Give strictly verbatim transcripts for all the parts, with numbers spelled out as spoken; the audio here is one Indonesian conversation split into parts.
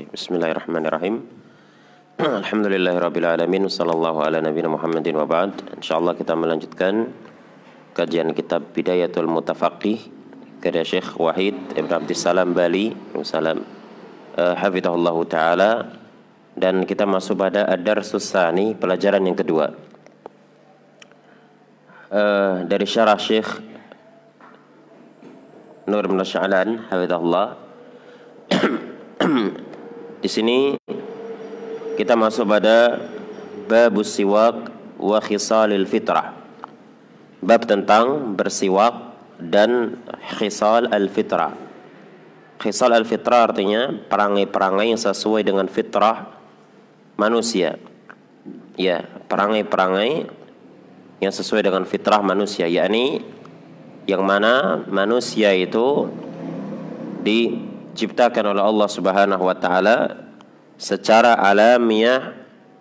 Bismillahirrahmanirrahim. Alhamdulillahirabbil alamin, sallallahu ala nabiyina Muhammadin wa ba'd. Insyaallah kita melanjutkan kajian kitab Bidayatul Mutafaqih karya Syekh Wahid Ibn Abdissalam Bali, salam uh, hafizahullahu taala, dan kita masuk pada ad-darsus tsani, pelajaran yang kedua. Uh, dari syarah Syekh Nur bin Sya'lan hafizahullah. Di sini kita masuk pada babus siwak wa khisalil fitrah. Bab tentang bersiwak dan khisal al-fitrah. Khisal al-fitrah artinya perangai-perangai yang sesuai dengan fitrah manusia. Ya, perangai-perangai yang sesuai dengan fitrah manusia, yakni yang mana manusia itu diciptakan oleh Allah Subhanahu wa taala secara alamiah,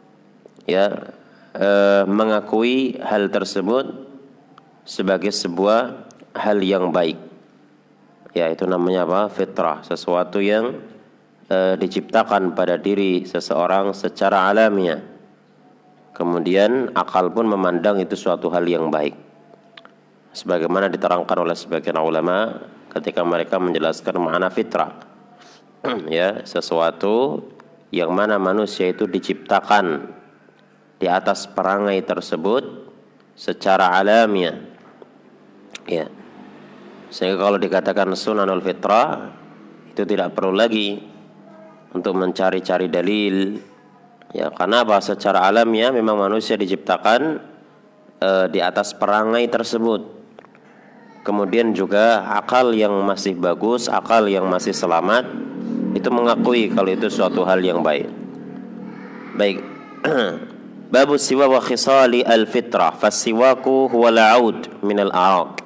ya, e, mengakui hal tersebut sebagai sebuah hal yang baik. Ya, itu namanya apa? Fitrah, sesuatu yang e, diciptakan pada diri seseorang secara alamiah. Kemudian akal pun memandang itu suatu hal yang baik. Sebagaimana diterangkan oleh sebagian ulama ketika mereka menjelaskan makna fitrah. Ya, sesuatu yang mana manusia itu diciptakan di atas perangai tersebut secara alamiah. Ya. Sehingga kalau dikatakan sunanul fitrah, itu tidak perlu lagi untuk mencari-cari dalil. Ya, karena apa? Secara alamiah memang manusia diciptakan e, di atas perangai tersebut. Kemudian juga akal yang masih bagus, akal yang masih selamat, itu mengakui kalau itu suatu hal yang baik. Baik. Babu siwa wa khisali al-fitrah. Fas-siwaku huwa al-'aud min al-'araq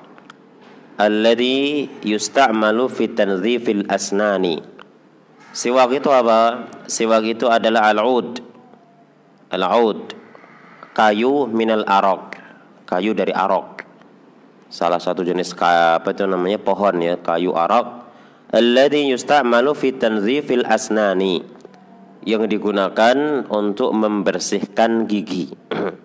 alladhi yusta'malu fi tanzifil asnani. Siwak itu apa? Siwak itu adalah al-'ud. Al-'ud, kayu min al-'araq, kayu dari araq. Salah satu jenis apa itu namanya, pohon, ya, kayu araq. Alladhi yusta'malu fi tanzifil asnani, yang digunakan untuk membersihkan gigi.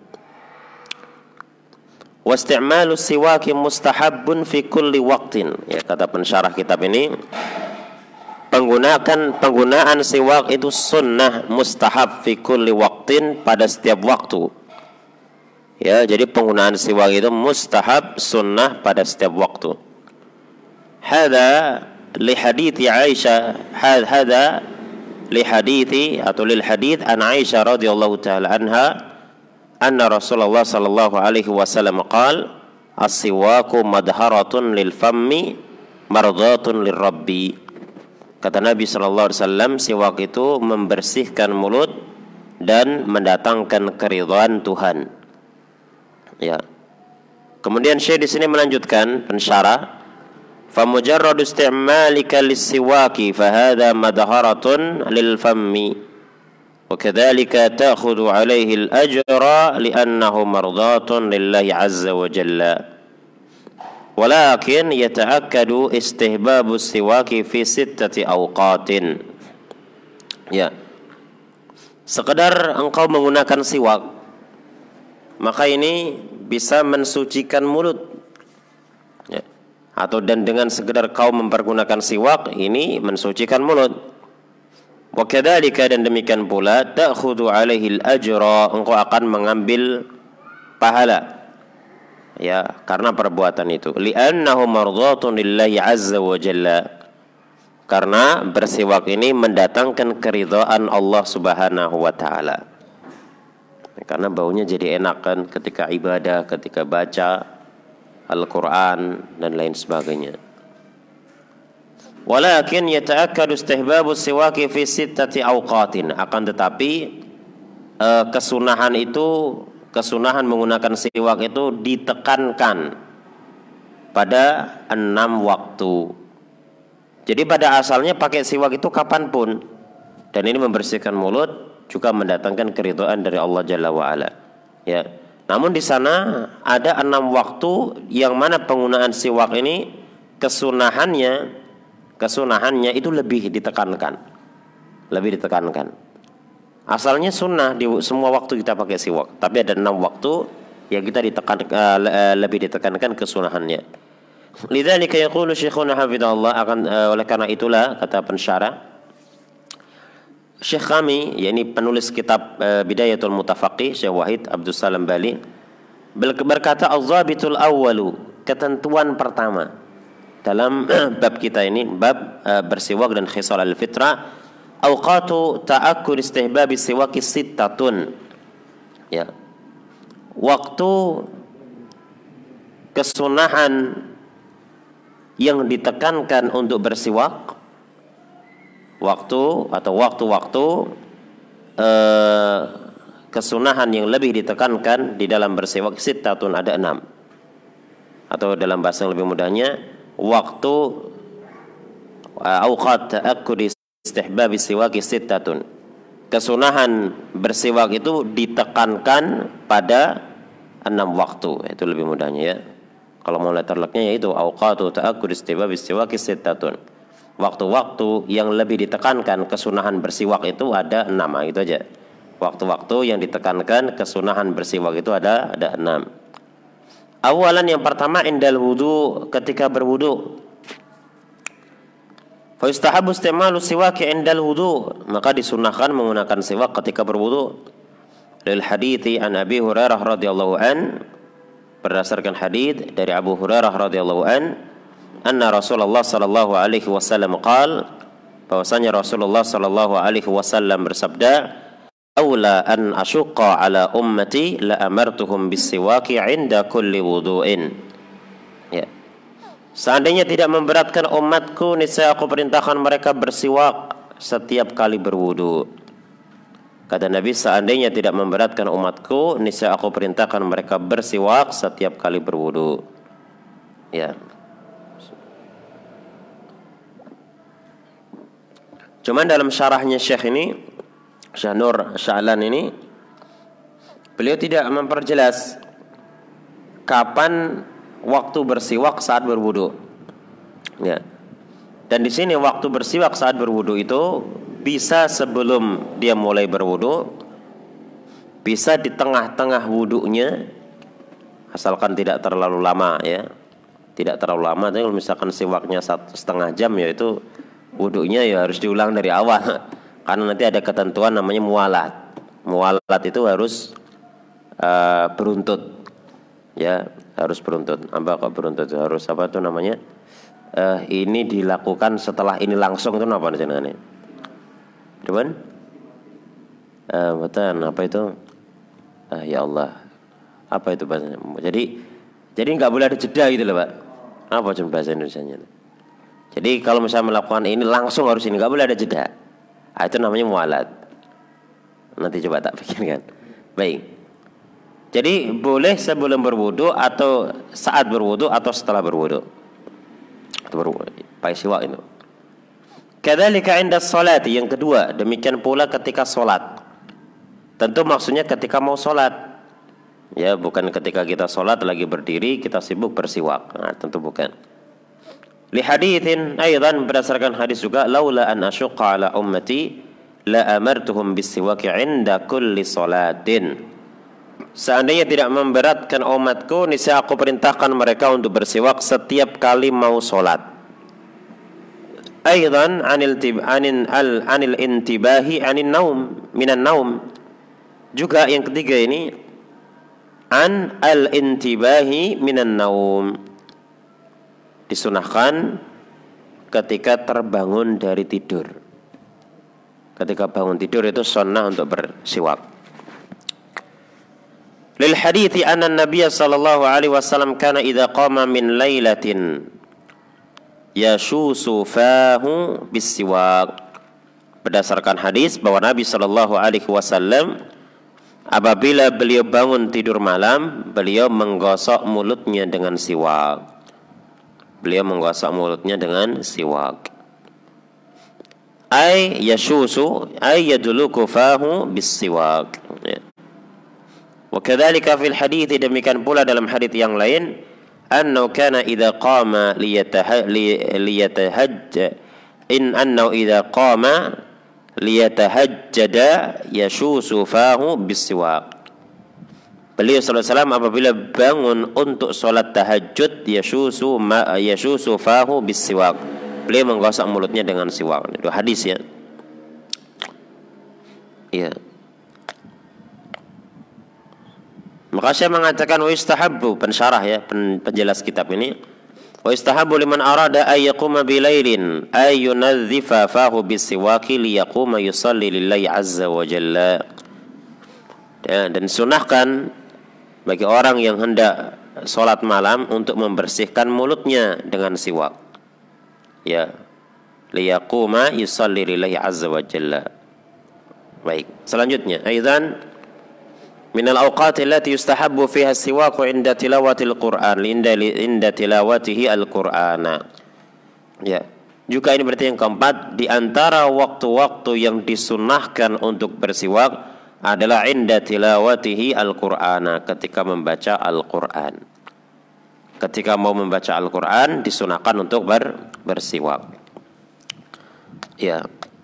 Wasti'malu siwaki mustahabbun fi kulli waqtin. Ya, kata pensyarah kitab ini, penggunaan penggunaan siwak itu sunnah, mustahab fi kulli waqtin, pada setiap waktu. Ya, jadi penggunaan siwak itu mustahab, sunnah pada setiap waktu. Hadza li hadithi Aisyah, hadza li hadithi atau lil hadith an Aisyah radhiyallahu taala anha anna Rasulullah sallallahu alaihi wasallam qala as-siwaku madharatun lil fammi mardatun lirabbi. Kata Nabi sallallahu alaihi wasallam, siwak itu membersihkan mulut dan mendatangkan keridhaan Tuhan. Ya. Kemudian Syekh di sini melanjutkan pensyarah, fa mujarradu isti'malika lis-siwaki fa hadha madharatun lil fammi wa kadzalika ta'khudhu 'alaihi al-ajra li'annahu mardatun lillahi 'azza wa jalla. Walakin yata'akkadu istihbabu siwaki fi sittati awqatin. Ya. Sekedar engkau menggunakan siwak, maka ini bisa mensucikan mulut. Ya. Atau dan dengan sekedar kau mempergunakan siwak, ini mensucikan mulut. Wa kadzalika, dan demikian pula, ta'khudhu 'alaihi al-ajra, engkau akan mengambil pahala, ya, karena perbuatan itu. Li'annahu mardhatun lillahi 'azza wa jalla, karena bersiwak ini mendatangkan keridhaan Allah Subhanahu wa taala. Karena baunya jadi enak kan ketika ibadah, ketika baca Al-Quran dan lain sebagainya. Walakin yata'akkadu istihbabu siwaki fi sittati awqatin, akan tetapi eh, kesunahan itu, kesunahan menggunakan siwak itu ditekankan pada enam waktu. Jadi pada asalnya pakai siwak itu kapanpun, dan ini membersihkan mulut, juga mendatangkan keridhaan dari Allah Jalla wa'ala. Ya. Namun di sana ada enam waktu yang mana penggunaan siwak ini kesunahannya, kesunahannya itu lebih ditekankan. lebih ditekankan. Asalnya sunnah di semua waktu kita pakai siwak, tapi ada enam waktu yang kita ditekan uh, lebih ditekankan kesunahannya. Lidzalika yaqulu Syekhuna hafizahullah, akan uh, oleh karena itulah kata pensyarah Syekh kami, yakni penulis kitab uh, Bidayatul Mutafaqih, Syekh Wahid Abdul Salam Bali, berkata az-zabitul awwalu, ketentuan pertama dalam bab kita ini, bab uh, bersiwak dan khisal al-fitrah, awqatu ta'akkud istihbab siwak sittatun, ya, waktu kesunahan yang ditekankan untuk bersiwak, waktu atau waktu-waktu eh, kesunahan yang lebih ditekankan di dalam bersiwak sittatun, ada enam, atau dalam bahasa yang lebih mudahnya waktu awqat ta'akkud istihbab siwak sittatun, kesunahan bersiwak itu ditekankan pada enam waktu, itu lebih mudahnya ya. Kalau mau letterleknya yaitu awqatu ta'akkud istihbab siwak sittatun, waktu-waktu yang lebih ditekankan kesunahan bersiwak itu ada enam, itu aja. Waktu-waktu yang ditekankan kesunahan bersiwak itu ada ada enam. Awalan, yang pertama, indal wudu, ketika berwudu. Fa yustahabu istimalu siwak indal wudu, maka disunahkan menggunakan siwak ketika berwudu. Lil hadithi an Abi Hurairah radhiyallahu an, berdasarkan hadits dari Abu Hurairah radhiyallahu an, anna Rasulullah sallallahu alaihi wasallam qaal, bahwasanya Rasulullah sallallahu alaihi wasallam bersabda, aula an asyqa ala ummati la amartuhum bisiwaki 'inda kulli wudu'in. Ya. Seandainya tidak memberatkan umatku, niscaya aku perintahkan mereka bersiwak setiap kali berwudu. Kata Nabi, seandainya tidak memberatkan umatku, niscaya aku perintahkan mereka bersiwak setiap kali berwudu. Ya. Cuman dalam syarahnya Syekh ini, Syekh Nur Sya'lan ini, beliau tidak memperjelas kapan waktu bersiwak saat berwudu. Ya. Dan di sini waktu bersiwak saat berwudu itu bisa sebelum dia mulai berwudu, bisa di tengah-tengah wudunya, asalkan tidak terlalu lama ya. Tidak terlalu lama. Tapi kalau misalkan siwaknya satu setengah jam, ya itu wudunya ya harus diulang dari awal. Karena nanti ada ketentuan namanya mualat. Mualat itu harus uh, beruntut. Ya, harus beruntut. Apa kok beruntut? Harus apa tuh namanya? Uh, ini dilakukan setelah ini langsung, itu apa namanya? Cuman uh, betul, apa itu? Uh, ya Allah. Apa itu bahasanya? Jadi jadi nggak boleh ada jeda gitu loh, Pak. Apa cuma bahasa Indonesianya? Jadi kalau misalnya melakukan ini langsung harus ini, nggak boleh ada jeda. Ah, itu namanya mualat. Nanti coba tak pikirkan. Baik. Jadi boleh sebelum berwudu atau saat berwudu atau setelah berwudu. Atau berwudu. Pakai siwak itu. Kadzalika 'inda sholati, yang kedua, demikian pula ketika sholat. Tentu maksudnya ketika mau sholat. Ya, bukan ketika kita sholat lagi berdiri kita sibuk bersiwak. Nah, tentu bukan. Li haditsin aidan, berdasarkan hadis juga, laula an asyqa ala ummati la amartuhum bisiwaki 'inda kulli sholatin. Seandainya tidak memberatkan umatku, niscaya aku perintahkan mereka untuk bersiwak setiap kali mau sholat. Aidan anil tib anil al anil intibahi anin naum minan naum. Juga yang ketiga ini an al intibahi minan naum, disunahkan ketika terbangun dari tidur. Ketika bangun tidur itu sunnah untuk bersiwak. Lil hadithi anna Nabiy sallallahu alaihi wasallam kana idza qama min lailatin yashusu fahu bisiwak. Berdasarkan hadis bahwa Nabi sallallahu alaihi wasallam apabila beliau bangun tidur malam, beliau menggosok mulutnya dengan siwak. Beliau menggosok mulutnya dengan siwak. Ay yashusu ay yadluku fahu bisiwak. Ya. Wa kadzalika fil hadits, demikian pula dalam hadits yang lain, annahu kana idza qama liyatahajja in annahu idza qama liyatahajjada yashusu fahu bisiwak. Beliau sallallahu alaihi wasallam apabila bangun untuk sholat tahajud yashusu ma yashusu fahu bisiwak. Beliau menggosok mulutnya dengan siwak. Itu hadis ya. Iya. Maka saya mengatakan wa istahabbu, pensyarah ya, pen, penjelas kitab ini, wa istahabbu liman arada ay yaquma bilailin ay yunazzifa fahu bisiwaki liyaquma yusalli lillahi azza wa jalla. Ya, dan sunahkan bagi orang yang hendak sholat malam untuk membersihkan mulutnya dengan siwak. Ya, liyaquma yusalli lillahi azza wa jalla. Baik, selanjutnya aidan minal awqati allati yustahabbu fiha siwaku inda tilawatil Qur'an inda inda tilawatihi al-Qur'ana. Ya, juga ini berarti yang keempat, di antara waktu-waktu yang disunahkan untuk bersiwak adalah inda tilawatihi al-Qur'ana, ketika membaca Al-Qur'an. Ketika mau membaca Al-Qur'an disunahkan untuk ber, bersiwak. Ya.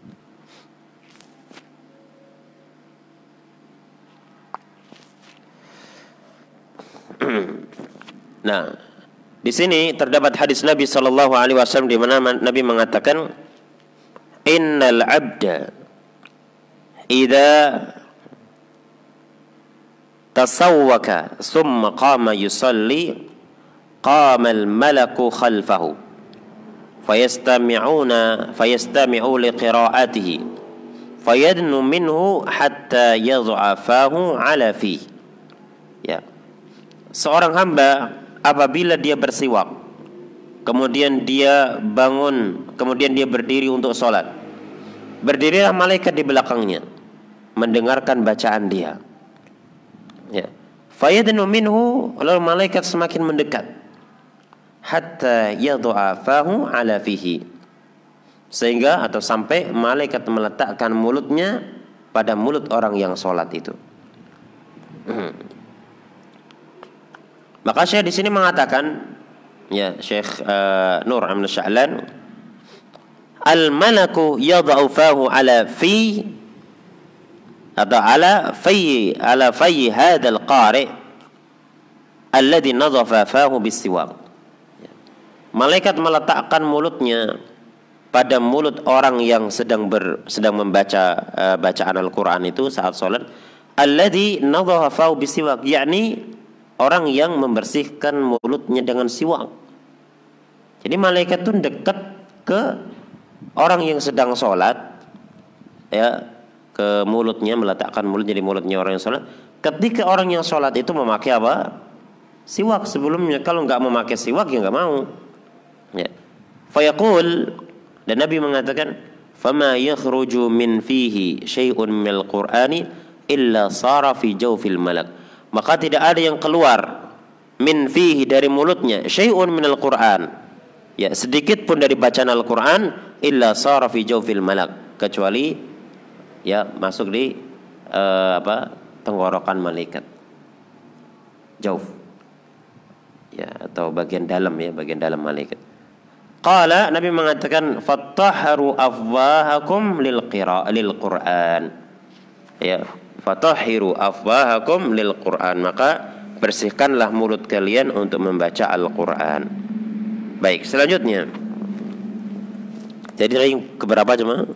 Nah, di sini terdapat hadis Nabi sallallahu alaihi wasallam di mana Nabi mengatakan, innal abda idza tasawwaka thumma qama yusalli qama al-malaku khalfahu fayastami'una fayastami'u liqira'atihi fayadnu minhu hatta yad'a fahu ala fihi. Ya. Seorang hamba apabila dia bersiwak, kemudian dia bangun, kemudian dia berdiri untuk sholat, berdirilah malaikat di belakangnya mendengarkan bacaan dia. Ya. Fayadnu minhu, lalu malaikat semakin mendekat hatta yad'a fahu ala fihi, sehingga atau sampai malaikat meletakkan mulutnya pada mulut orang yang sholat itu. Maka Syekh di sini mengatakan, ya Syekh uh, Nur Amn Sya'lan, al-malaku yad'u fahu ala fi atau ala fi ala fi hadzal qari alladhi nadhafa fahu bisiwak. Malaikat meletakkan mulutnya pada mulut orang yang sedang ber, sedang membaca uh, bacaan Al-Qur'an itu saat salat, alladhi nadhafa fahu bisiwak, yakni orang yang membersihkan mulutnya dengan siwak. Jadi malaikat itu dekat ke orang yang sedang sholat, ya, ke mulutnya, meletakkan mulutnya di mulutnya orang yang sholat. Ketika orang yang sholat itu memakai apa? Siwak sebelumnya. Kalau nggak memakai siwak ya nggak mau. Ya. Fayaqul, dan Nabi mengatakan, fama yakhruju min fihi syai'un minal Qur'ani illa sara fi jawfil malak. Maka tidak ada yang keluar min fihi, dari mulutnya, syai'un minal Qur'an, ya, sedikit pun dari bacaan Al-Qur'an, illa sara fi jawfil malak, kecuali ya masuk di uh, apa tenggorokan malaikat, jauf, ya, atau bagian dalam, ya, bagian dalam malaikat. Qala, Nabi mengatakan, fattahharu afwahakum lil qira lil Qur'an, ya, fatahhiru afwahakum lil Qur'an, maka bersihkanlah mulut kalian untuk membaca Al-Qur'an. Baik, selanjutnya. Jadi yang keberapa cuma?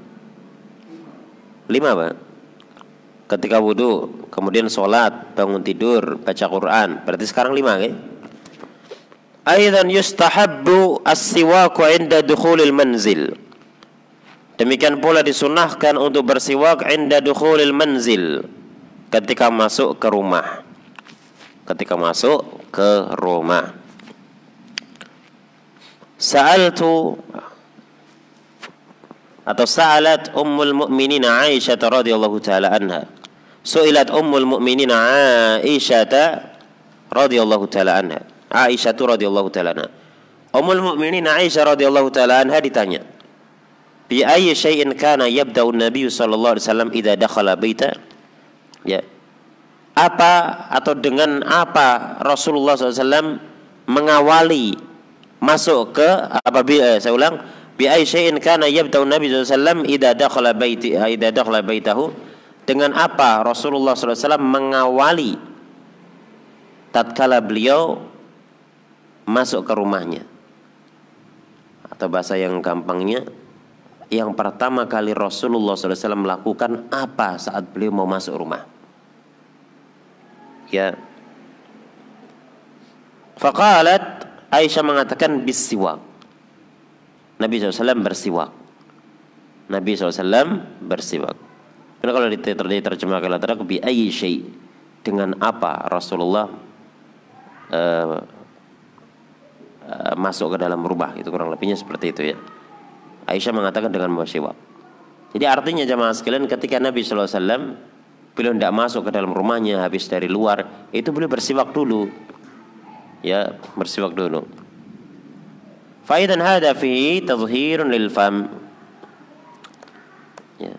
Lima, Pak. Ketika wudu, kemudian sholat, bangun tidur, baca Qur'an. Berarti sekarang lima, ya? Aidan yustahabbu as-siwaku 'inda dukhulil manzil. Demikian pula disunahkan untuk bersiwak 'inda dukhulil manzil, ketika masuk ke rumah. Ketika masuk ke rumah. Sa'altu atau sa'alat ummul mu'minin Aisyah radhiyallahu taala anha. Su'ilat ummul mu'minin Aisyah radhiyallahu taala anha. Aisyah radhiyallahu taala anha. Ummul mu'minin Aisyah radhiyallahu taala anha ditanya, bi ayyi syai'in kana yabda'u an-nabiy sallallahu alaihi wasallam idza dakhala baita. Ya. Apa atau dengan apa Rasulullah sallallahu alaihi wasallam mengawali masuk ke apabila eh, saya ulang Bi ayyi syai'in kana yabda'u Nabi sallallahu alaihi wasallam idza dakhala baiti idza dakhala baitahu, dengan apa Rasulullah sallallahu alaihi wasallam mengawali tatkala beliau masuk ke rumahnya. Atau bahasa yang gampangnya, yang pertama kali Rasulullah sallallahu alaihi wasallam melakukan apa saat beliau mau masuk rumah. Ya. Faqalat, Aisyah mengatakan bisiwak. Nabi sallallahu alaihi wasallam bersiwak. Nabi sallallahu alaihi wasallam bersiwak. Karena kalau diterjemahkan kata bi ayyi syai', dengan apa Rasulullah uh, uh, masuk ke dalam rumah, itu kurang lebihnya seperti itu ya. Aisyah mengatakan dengan bersiwak. Jadi artinya jamaah sekalian, ketika Nabi sallallahu alaihi wasallam beliau tidak masuk ke dalam rumahnya habis dari luar, itu beliau bersiwak dulu. Ya, bersiwak dulu. Faidan hada fi tadhhirun lil fam. Ya.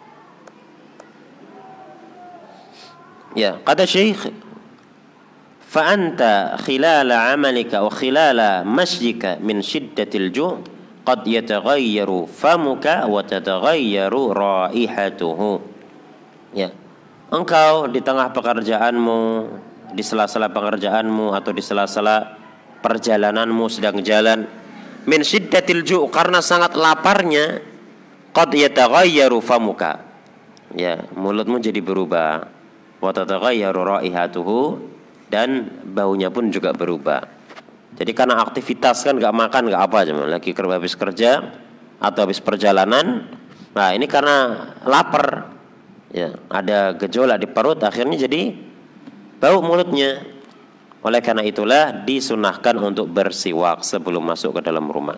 Ya, kata Syekh, fa anta khilala 'amalika wa khilala masjika min shiddatil ju' qad yataghayyaru famuka wa tataghayyaru raihatuhu. Ya. Engkau di tengah pekerjaanmu, di sela-sela pekerjaanmu atau di sela-sela perjalananmu sedang jalan, min syiddatil ju', karena sangat laparnya, qad yataghayyaru famuka, ya, mulutmu jadi berubah, wa tataghayyaru raihatuhu, dan baunya pun juga berubah. Jadi karena aktivitas kan, nggak makan nggak apa aja, lagi habis kerja atau habis perjalanan, nah ini karena lapar, ya, ada gejolak di perut, akhirnya jadi bau mulutnya. Oleh karena itulah disunahkan untuk bersiwak sebelum masuk ke dalam rumah.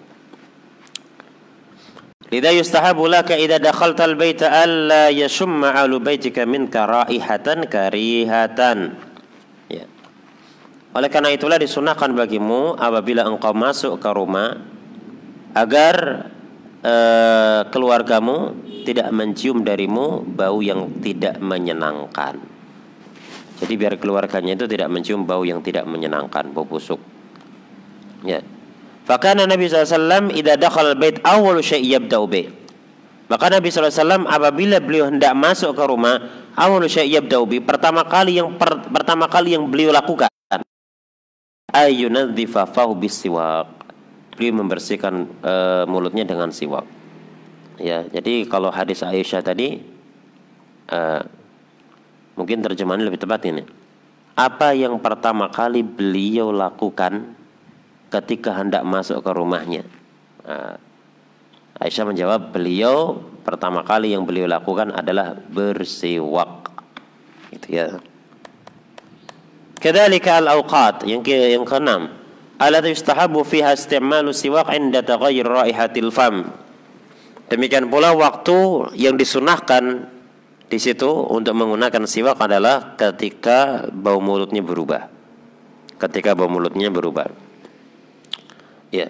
Lidha yustahabu laka idza dakhaltal baita alla yashumma ahlu baitika minka raihatan karihatan. Ya. Oleh karena itulah disunahkan bagimu apabila engkau masuk ke rumah agar uh, keluargamu tidak mencium darimu bau yang tidak menyenangkan. Jadi biar keluarganya itu tidak mencium bau yang tidak menyenangkan, bau busuk. Ya. Fakana Nabi sallallahu alaihi wasallam idza dakhala al-bait awwalu syai' yabda'u bih. Maka Nabi sallallahu alaihi wasallam apabila beliau hendak masuk ke rumah, awwalu syai' yabda'u bih, pertama kali yang per, pertama kali yang beliau lakukan, ayyunadzifa fahu bisiwak. Beliau membersihkan uh, mulutnya dengan siwak. Ya, jadi kalau hadis Aisyah tadi uh, mungkin terjemahannya lebih tepat ini. Apa yang pertama kali beliau lakukan ketika hendak masuk ke rumahnya? Nah, Aisyah menjawab, beliau pertama kali yang beliau lakukan adalah bersiwak. Gitu ya. Kadzalika al-awqat, yang ke yang keenam, allati yustahabu fiha isti'malu siwak 'inda taghayyur raihatil fam. Demikian pula waktu yang disunahkan di situ untuk menggunakan siwak adalah ketika bau mulutnya berubah. Ketika bau mulutnya berubah. Ya.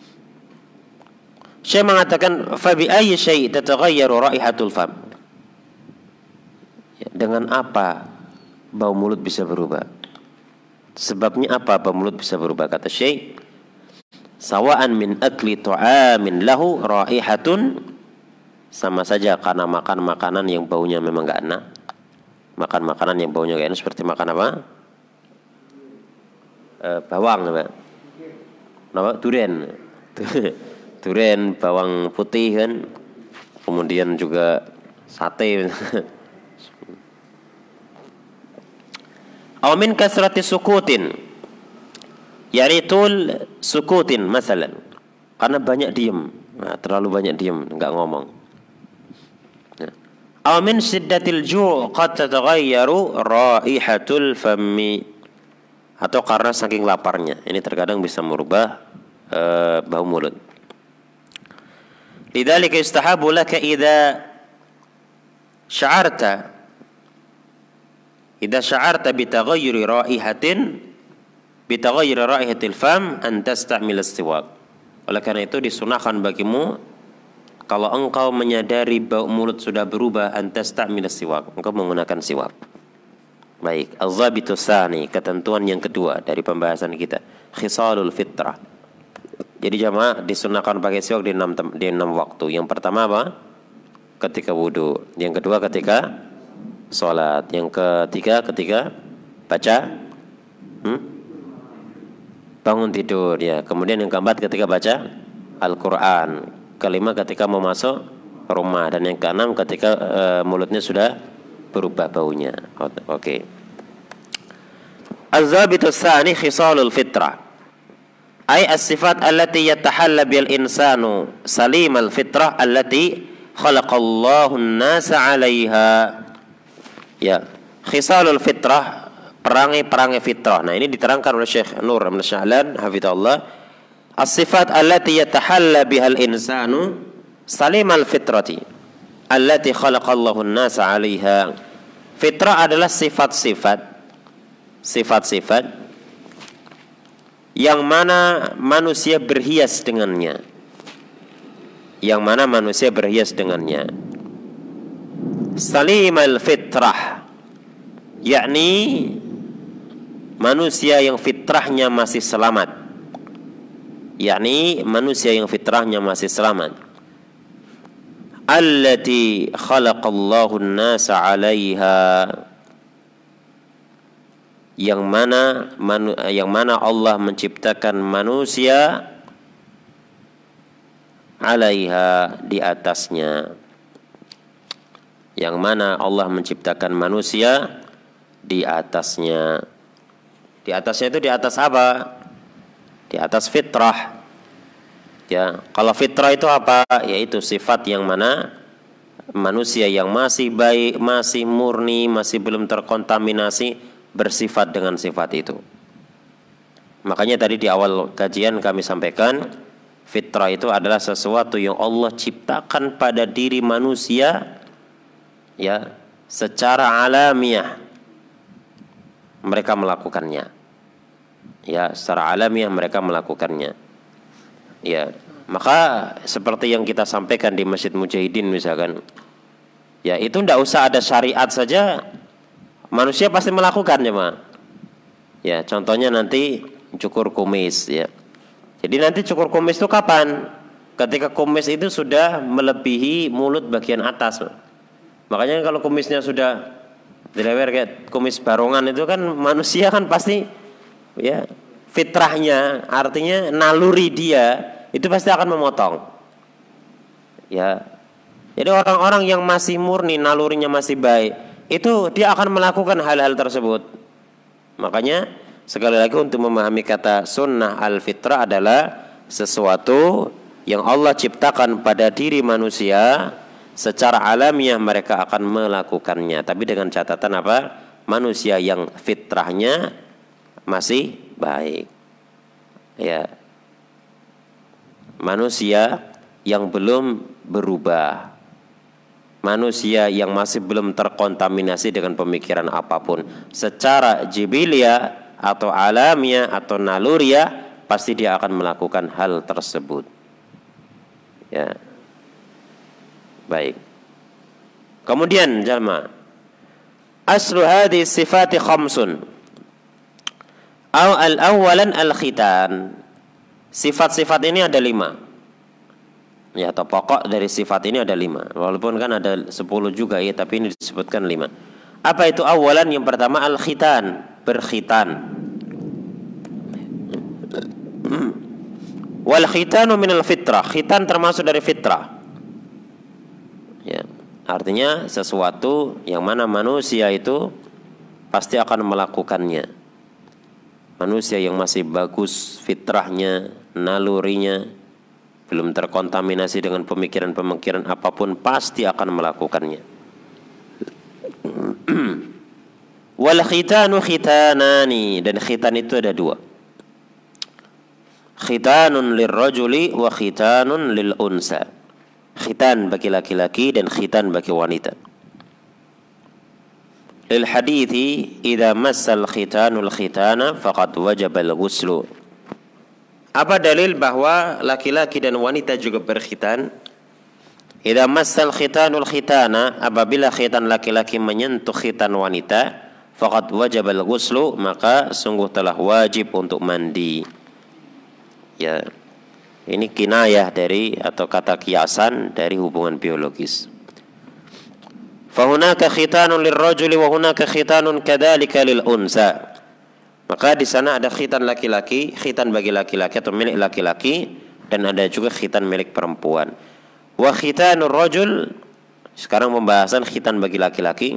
Syekh mengatakan fa bi ayyi syai' tataghayyaru raihatul fam. Ya, dengan apa bau mulut bisa berubah? Sebabnya apa bau mulut bisa berubah? Kata Syekh, sawa'an min akli tu'amin lahu raihatun, sama saja karena makan makanan yang baunya memang gak enak. Makan makanan yang baunya gak enak seperti makan apa? E, bawang apa? Nama durian. Durian, bawang putih kan. Kemudian juga sate. Aw min kasrati sukutin. Yaritul sukutin masalan. Karena banyak diem. Nah, terlalu banyak diem, enggak ngomong. Aw min shiddatil ju' qad tataghayyaru raihatul fammi, atau karena saking laparnya, ini terkadang bisa merubah uh, bau mulut. Lidzalika yustahabu laka idza sya'arta idza sya'arta bi taghayyuri raihatin bi taghayyuri raihatil fam an tasta'mil as-siwak. Oleh karena itu disunahkan bagimu kalau engkau menyadari bau mulut sudah berubah, antas ta'mil siwak, engkau menggunakan siwak. Baik, al-zabitu tsani, ketentuan yang kedua dari pembahasan kita, khisalul fitrah. Jadi jamaah disunahkan pakai siwak di enam di enam waktu. Yang pertama apa? Ketika wudu. Yang kedua ketika sholat. Yang ketiga ketika baca hmm? bangun tidur ya. Kemudian yang keempat ketika baca Al-Quran. Kelima ketika mau masuk rumah. Dan yang keenam ketika uh, mulutnya sudah berubah baunya. Oke. Okay. Az-zabitus tsani khisalul fitrah. Ay as-sifat allati yatahalla bil insanu salimal fitrah allati khalaqallahu an-nasa 'alaiha. Ya, khisalul fitrah, perangai-perangai fitrah. Nah, ini diterangkan oleh Syekh Nur Ibn Sya'lan hafizahullah. As-sifat allati yatahalla bihal insanu salimal fitrati allati khalaqallahu an-nasa 'alaiha. Fitrah adalah sifat-sifat sifat-sifat yang mana manusia berhias dengannya. Yang mana manusia berhias dengannya. Salimal fitrah, yakni manusia yang fitrahnya masih selamat. Yakni manusia yang fitrahnya masih selamat. Allati khalaqallahu an-nasa 'alaiha, yang mana manu, yang mana Allah menciptakan manusia 'alaiha, di atasnya. Yang mana Allah menciptakan manusia di atasnya. Di atasnya itu di atas apa? Di atas fitrah. Ya, kalau fitrah itu apa? Yaitu sifat yang mana manusia yang masih baik, masih murni, masih belum terkontaminasi bersifat dengan sifat itu. Makanya tadi di awal kajian kami sampaikan, fitrah itu adalah sesuatu yang Allah ciptakan pada diri manusia, ya, secara alamiah mereka melakukannya. Ya, secara alamiah mereka melakukannya. Ya, maka seperti yang kita sampaikan di Masjid Mujahidin misalkan, ya itu tidak usah ada syariat saja, manusia pasti melakukannya, Ma. Ya, contohnya nanti cukur kumis, ya. Jadi nanti cukur kumis itu kapan? Ketika kumis itu sudah melebihi mulut bagian atas, Ma. Makanya kalau kumisnya sudah dilewer kayak kumis barongan itu kan manusia kan pasti, ya, fitrahnya, artinya naluri dia itu pasti akan memotong. Ya. Jadi orang-orang yang masih murni, nalurinya masih baik, itu dia akan melakukan hal-hal tersebut. Makanya sekali lagi untuk memahami kata sunnah al-fitrah adalah sesuatu yang Allah ciptakan pada diri manusia secara alamiah mereka akan melakukannya. Tapi dengan catatan apa? Manusia yang fitrahnya masih baik. Ya. Manusia yang belum berubah. Manusia yang masih belum terkontaminasi dengan pemikiran apapun, secara jibilia atau alamiah atau naluriah pasti dia akan melakukan hal tersebut. Ya. Baik. Kemudian jamaah, aslu hadhihi sifati khamsun. Aw al-awwalan al-khitan. Sifat-sifat ini ada lima. Ya, atau pokok dari sifat ini ada lima. Walaupun kan ada sepuluh juga ya, tapi ini disebutkan lima. Apa itu awalan? Yang pertama al-khitan, berkhitan. Wal khitanu minal fitrah. Khitan termasuk dari fitrah. Ya, artinya sesuatu yang mana manusia itu pasti akan melakukannya. Manusia yang masih bagus fitrahnya, nalurinya, belum terkontaminasi dengan pemikiran-pemikiran apapun, pasti akan melakukannya. Wal khitanu khitanani, dan khitan itu ada dua. Khitanun lirrajuli wa khitanun lil unsa. Khitan bagi laki-laki dan khitan bagi wanita. Lil hadithi idza massal khitanul khitana faqad wajaba al-ghuslu. Apa dalil bahwa laki-laki dan wanita juga berkhitan? Idza massal khitanul khitana, apabila khitan laki-laki menyentuh khitan wanita, faqad wajabal ghuslu, maka sungguh telah wajib untuk mandi. Ya. Ini kinayah dari atau kata kiasan dari hubungan biologis. Fahunaka khitanun lirrajuli wa hunaka khitanun kadzalika lil unsa. Maka di sana ada khitan laki-laki, khitan bagi laki-laki atau milik laki-laki, dan ada juga khitan milik perempuan. Wa khitanur rajul, sekarang pembahasan khitan bagi laki-laki.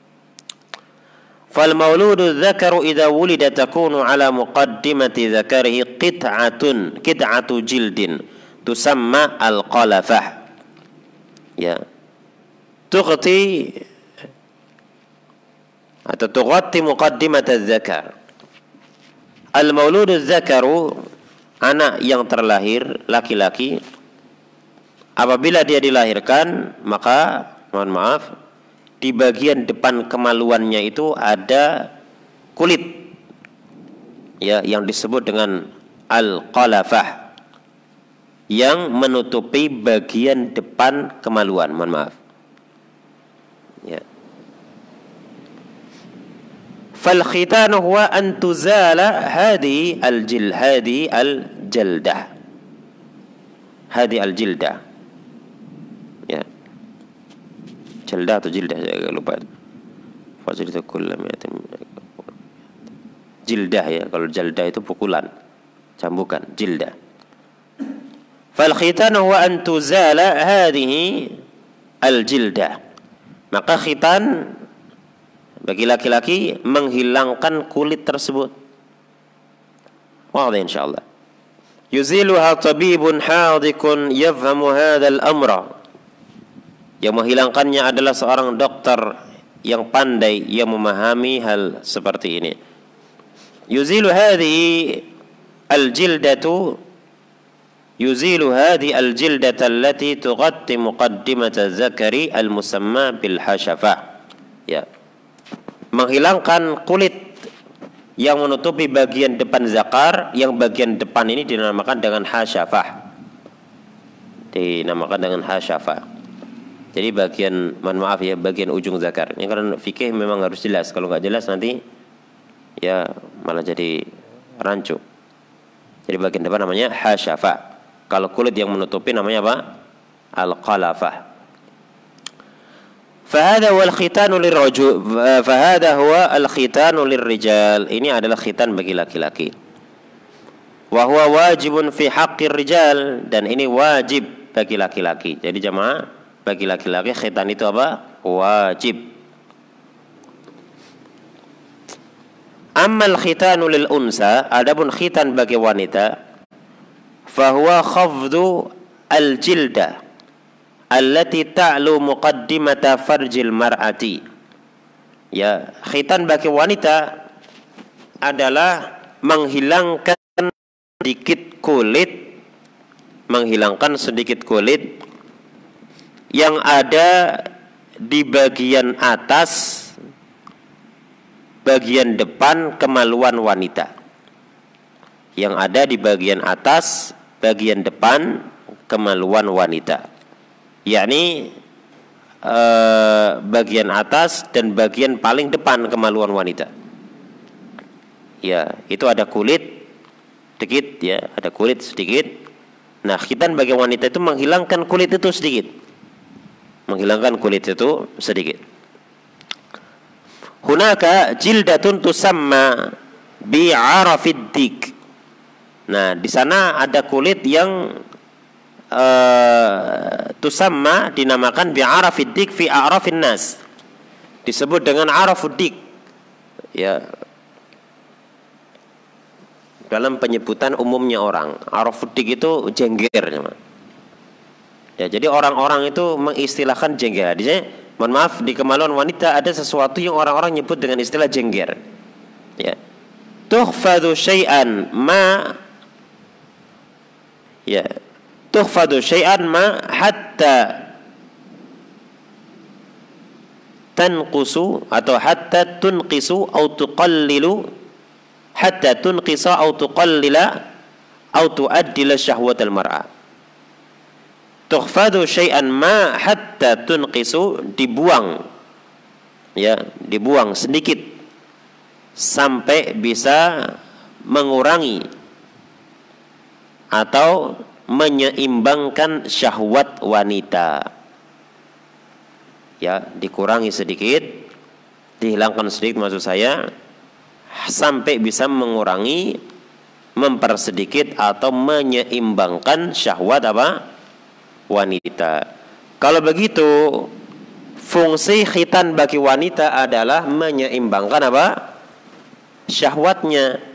Fal mauludu dzakaru idza wulida takunu ala muqaddimati dzakarihi qit'atun qit'atu jildin tusamma al-qalafah. Ya. Tughti atau tughatti muqaddimat az-zakar. Al-mauludu dzakaru, anak yang terlahir laki-laki, apabila dia dilahirkan, maka mohon maaf, di bagian depan kemaluannya itu ada kulit, ya, yang disebut dengan al-qalafah, yang menutupi bagian depan kemaluan. Mohon maaf. Ya. Fal khitanu huwa an tuzala hadi al-jil hadi al-jaldah. Hadi al-jildah. Ya. Jaldah atau jildah saya agak lupa. Fajritu kullam yatim. Jildah ya, kalau jaldah itu pukulan, cambukan, jildah. Fal khitanu huwa an tuzala hadhihi al-jildah. Maka khitan bagi laki-laki menghilangkan kulit tersebut. Wadih insyaallah. Yuziluha tabibun hadikun yafhamu hadzal amra. Yang menghilangkannya adalah seorang dokter yang pandai, yang memahami hal seperti ini. Yuzilu hadhihi al-jildatu yuzilu hadhihi al-jildata allati tughatti muqaddimat az-zakari al-musamma bil hashafah. Ya. Menghilangkan kulit yang menutupi bagian depan zakar, yang bagian depan ini dinamakan dengan hashafah. Dinamakan dengan hashafah. Jadi bagian, mohon maaf ya, bagian ujung zakar. Ini karena fikih memang harus jelas. Kalau nggak jelas nanti ya malah jadi rancu. Jadi bagian depan namanya hashafah. Kalau kulit yang menutupi namanya apa? Al-qalafah. Fahada huwa al-khitanu lirrajul, fahada huwa al-khitanu lirrijal. Ini adalah khitan bagi laki-laki. Wa huwa wajibun fi haqqir rijal, dan ini wajib bagi laki-laki. Jadi jemaah, bagi laki-laki khitan itu apa? Wajib. Ammal khitanu lil unsa, adapun khitan bagi wanita, fahuwa khafdu al-jildah allati ta'lu muqaddimata farjil mar'ati. Ya, khitan bagi wanita adalah menghilangkan sedikit kulit, menghilangkan sedikit kulit yang ada di bagian atas bagian depan kemaluan wanita. Yang ada di bagian atas bagian depan kemaluan wanita, yakni eh, bagian atas dan bagian paling depan kemaluan wanita. Ya, itu ada kulit sedikit, ya, ada kulit sedikit. Nah, khitan bagi wanita itu menghilangkan kulit itu sedikit, menghilangkan kulit itu sedikit. Hunaka jildatun tusamma bi'arafid dik. Nah, di sana ada kulit yang uh, tusamma, dinamakan bi'arafid dik fi a'rafin nas. Disebut dengan arafud dik. Ya. Dalam penyebutan umumnya orang, arafud dik itu jengger. Ya, jadi orang-orang itu mengistilahkan jengger. Di sini, mohon maaf, di kemaluan wanita ada sesuatu yang orang-orang nyebut dengan istilah jengger. Ya. Tukhfadu syai'an ma ya tukhfadu syai'an ma hatta tanqusu atau hatta tunqisu atau tuqallilu, hatta tunqisa atau tuqallila atau tuaddila syahwatal mar'a. Tukhfadu syai'an ma hatta tunqisu, dibuang, ya, dibuang sedikit sampai bisa mengurangi atau menyeimbangkan syahwat wanita. Ya, dikurangi sedikit, dihilangkan sedikit maksud saya, sampai bisa mengurangi, mempersedikit atau menyeimbangkan syahwat apa? Wanita. Kalau begitu, fungsi khitan bagi wanita adalah menyeimbangkan apa? Syahwatnya.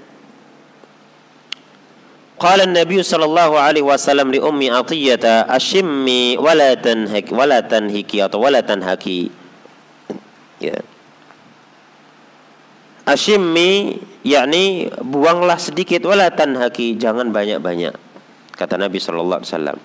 Qala Nabi sallallahu alaihi wasallam li ummi Athiyyah, "Ashimmi wa la tanhik wa la tanhiki atau wa la tanhaki." Ya. Ashimmi yakni buanglah sedikit, wa la tanhaki, jangan banyak-banyak. Kata Nabi sallallahu alaihi wasallam.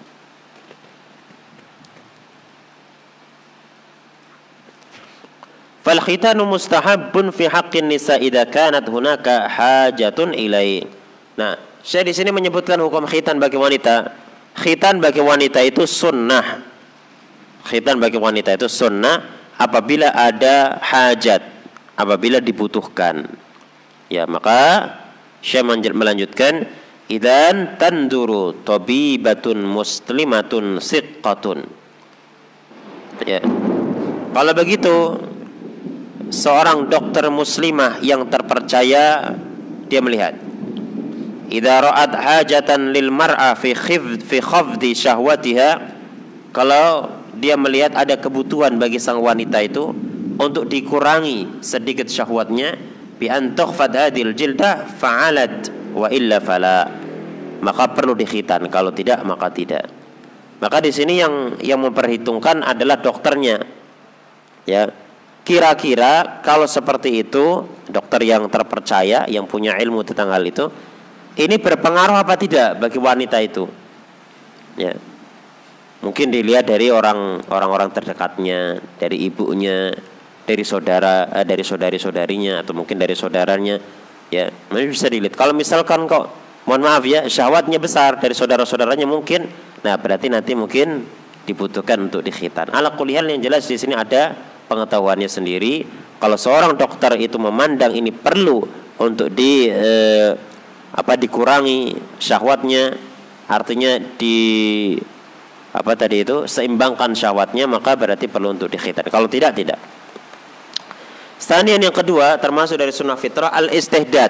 Fal khitanu mustahabbun fi haqqin nisa idza kanat hunaka hajatun ilai. Nah, saya di sini menyebutkan hukum khitan bagi wanita. Khitan bagi wanita itu sunnah. Khitan bagi wanita itu sunnah apabila ada hajat, apabila dibutuhkan. Ya, maka saya melanjutkan, idzan tanduru tabibatun muslimatun siqqatun. Ya. Kalau begitu, seorang dokter muslimah yang terpercaya, dia melihat, idza ra'at hajatan lil mar'a fi khifd fi khafdi syahwatiha, kalau dia melihat ada kebutuhan bagi sang wanita itu untuk dikurangi sedikit syahwatnya, bi an tukhfad hadhil jildah fa'alat wa illa fala, maka perlu dikhitan, kalau tidak maka tidak. Maka di sini yang yang memperhitungkan adalah dokternya. Ya. Kira-kira kalau seperti itu, dokter yang terpercaya, yang punya ilmu tentang hal itu, ini berpengaruh apa tidak bagi wanita itu? Ya, mungkin dilihat dari orang orang-orang terdekatnya, dari ibunya, dari saudara, eh, dari saudari-saudarinya, atau mungkin dari saudaranya. Ya, masih bisa dilihat. Kalau misalkan kok, mohon maaf ya, syahwatnya besar dari saudara-saudaranya mungkin, nah berarti nanti mungkin dibutuhkan untuk dikhitan. Ala kulli hal, yang jelas di sini ada pengetahuannya sendiri. Kalau seorang dokter itu memandang ini perlu untuk di eh, apa dikurangi syahwatnya, artinya di apa tadi itu seimbangkan syahwatnya, maka berarti perlu untuk dikhitan. Kalau tidak, tidak. Stanian yang kedua termasuk dari sunnah fitrah, al-istihdad.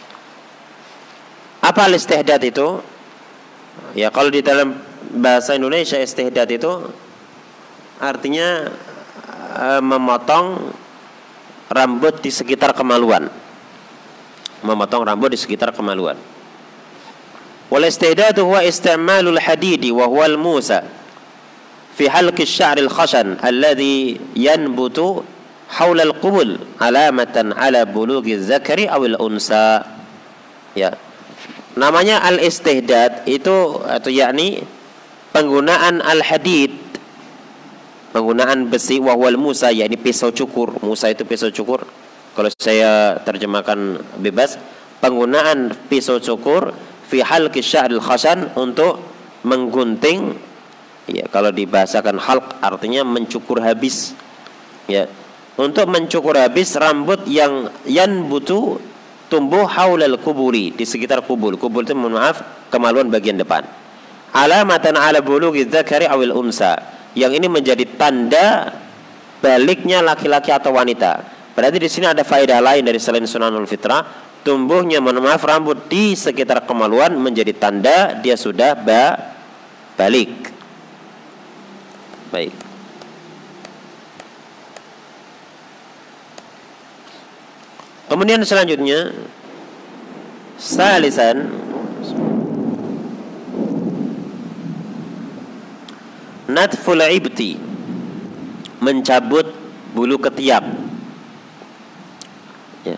Apa al-istihdad itu? Ya, kalau di dalam bahasa Indonesia istihdad itu artinya memotong rambut di sekitar kemaluan. Memotong rambut di sekitar kemaluan. Wal istihdadu huwa isti'malul hadidi wa huwa al-musa fi halqi asy-sya'ri al-khashan alladhi yanbutu hawla al-qubul alamatan ala bulughi az-zakari aw al-unsa. Ya. Namanya al-istihdad itu atau yakni penggunaan al-hadid, penggunaan besi, wahwal musa, yakni pisau cukur. Musa itu pisau cukur. Kalau saya terjemahkan bebas, penggunaan pisau cukur fi halqi sya'ril khasan, untuk menggunting. Ya, kalau dibahasakan halq artinya mencukur habis. Ya, untuk mencukur habis rambut yang yanbutu, tumbuh haulal kuburi, di sekitar kubul. Kubul itu, mohon maaf, kemaluan bagian depan. Alamatan ala bulughi dzakari awil unsa, yang ini menjadi tanda baliknya laki-laki atau wanita. Berarti di sini ada faedah lain dari selain sunanul fitrah. Tumbuhnya, mohon maaf, rambut di sekitar kemaluan menjadi tanda dia sudah ba balik. Baik. Kemudian selanjutnya, salisan, natful ibti, mencabut bulu ketiak. Ya.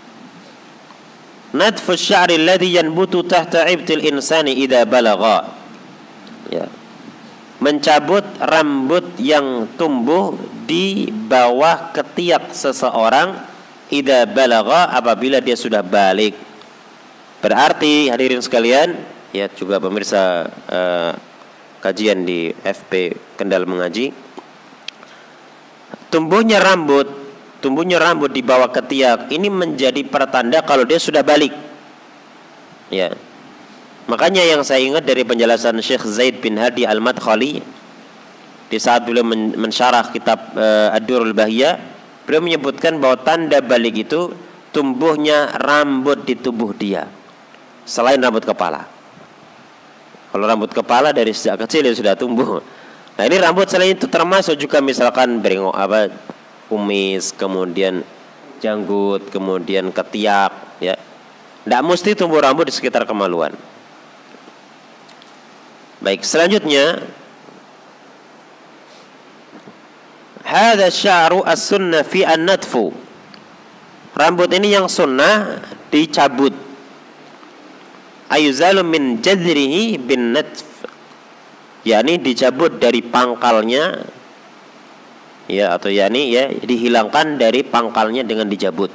Natful sya'ri alladhi yanbutu tahta ibtil insani idza balagha. Ya. Mencabut rambut yang tumbuh di bawah ketiak seseorang idza balagha, apabila dia sudah balik. Berarti hadirin sekalian, ya juga pemirsa uh, kajian di F P Kendal Mengaji, tumbuhnya rambut, tumbuhnya rambut di bawah ketiak ini menjadi pertanda kalau dia sudah balik. Ya. Makanya yang saya ingat dari penjelasan Syekh Zaid bin Hadi Al-Madkhali di saat beliau mensyarah kitab uh, Ad-Durrul Bahiyah, beliau menyebutkan bahwa tanda balik itu tumbuhnya rambut di tubuh dia selain rambut kepala. Kalau rambut kepala dari sejak kecil ya sudah tumbuh. Nah, ini rambut selain itu termasuk juga misalkan berengok apa, kumis, kemudian janggut, kemudian ketiak, ya. Tidak mesti tumbuh rambut di sekitar kemaluan. Baik, selanjutnya hadza sya'ru as-sunnah fi an-natfu. Rambut ini yang sunnah dicabut. Ayuzalu min jadrihi bin natf. yakni dicabut dari pangkalnya, ya, atau yakni ya dihilangkan dari pangkalnya dengan dicabut.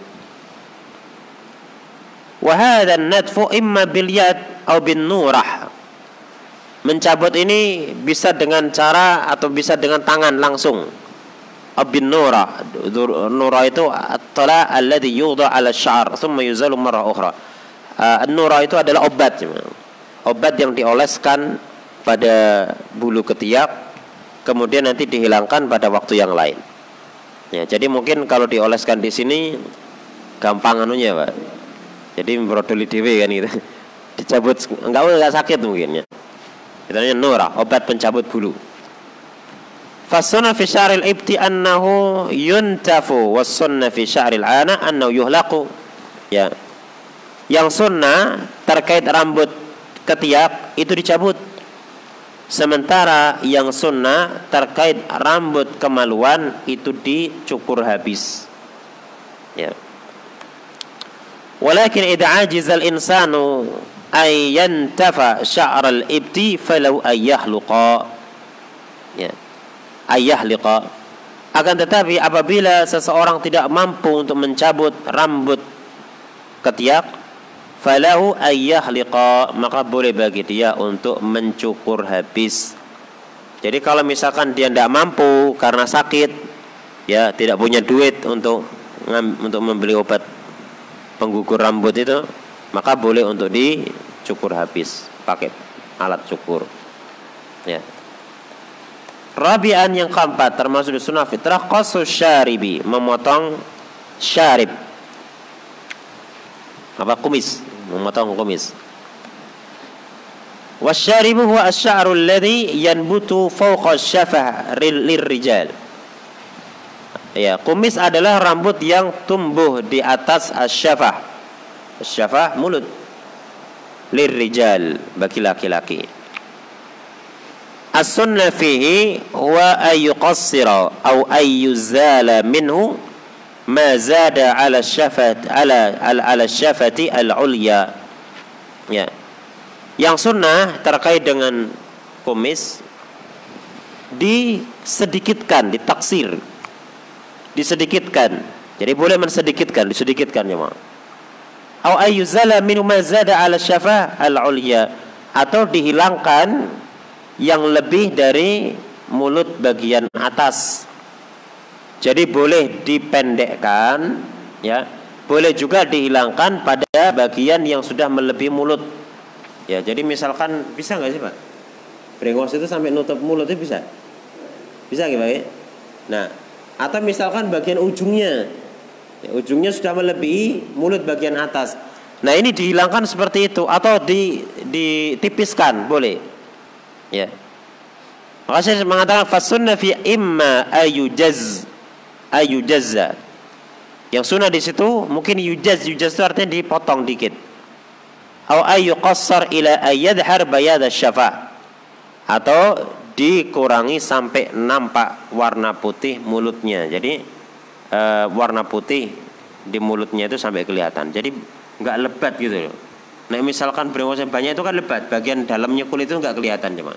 Wa hadza an-natfu imma bil yad aw bin nurah. Mencabut ini bisa dengan cara atau bisa dengan tangan langsung. Abin nura, nura itu at-tala alladhi yudha 'ala asy-sya'r thumma yuzalu marrah ukhra. An-nura itu adalah obat. Obat yang dioleskan pada bulu ketiak kemudian nanti dihilangkan pada waktu yang lain. Ya, jadi mungkin kalau dioleskan di sini gampang anunya, Pak. Jadi membrodoli dhewe kan gitu. Dicabut enggak enggak sakit mungkin ya. Itu namanya nura, obat pencabut bulu. Fasunna fi sya'ril ibti annahu yuntafu wasunna fi sya'ril ana annahu yuhlaqu. Ya. Yang sunnah terkait rambut ketiak itu dicabut. Sementara yang sunnah terkait rambut kemaluan itu dicukur habis. Ya. Walakin idza ajiza al-insanu ay yantafa sya'ral ibti falau ayyahluqa. Ya. Ayyahliqa. Akan tetapi apabila seseorang tidak mampu untuk mencabut rambut ketiak, falahu ayyahliqa, maka boleh bagi dia untuk mencukur habis. Jadi kalau misalkan dia tidak mampu karena sakit, ya tidak punya duit untuk untuk membeli obat penggugur rambut itu, maka boleh untuk dicukur habis pakai alat cukur. Ya. Rabi'an yang keempat termasuk di sunnah fitrah qasus syaribi, memotong syarib. Apa kumis, memotong kumis. Wasyaribu huwa asy-sya'ru alladhi yanbutu fawqa asy-syafah lirrijal. Ya, kumis adalah rambut yang tumbuh di atas asy-syafah. Asy-syafah mulut. Lirrijal, bagi laki-laki. As-sunnah fihi huwa ayyuqassira aw ayyuzala minhu ma zada 'ala syafat 'ala 'ala syafati al-'ulya. Ya. Yang sunnah terkait dengan kumis disedikitkan, ditaksir. Disedikitkan. Jadi boleh mensedikitkan, disedikitkan ya, Mak. Aw ayyuzala minhu ma zada 'ala syafah al-'ulya, atau dihilangkan yang lebih dari mulut bagian atas. Jadi boleh dipendekkan, ya. Boleh juga dihilangkan pada bagian yang sudah melebihi mulut. Ya, jadi misalkan bisa nggak sih, Pak? Brengos itu sampai nutup mulut itu bisa? Bisa nggak, Pak? Nah, atau misalkan bagian ujungnya, ya, ujungnya sudah melebihi mulut bagian atas. Nah, ini dihilangkan seperti itu atau di ditipiskan, boleh. Ya. Maka saya mengatakan fasunna fi imma ayujaz ayujazza. Yang sunnah di situ mungkin yujaz, yujaz itu artinya dipotong dikit. Au ayyuqassar ila ayyadhar bayad asy-syafa. Atau dikurangi sampai nampak warna putih mulutnya. Jadi e, warna putih di mulutnya itu sampai kelihatan. Jadi enggak lebat gitu loh. Nah, misalkan brengosnya banyak itu kan lebat, bagian dalamnya kulit itu enggak kelihatan, teman.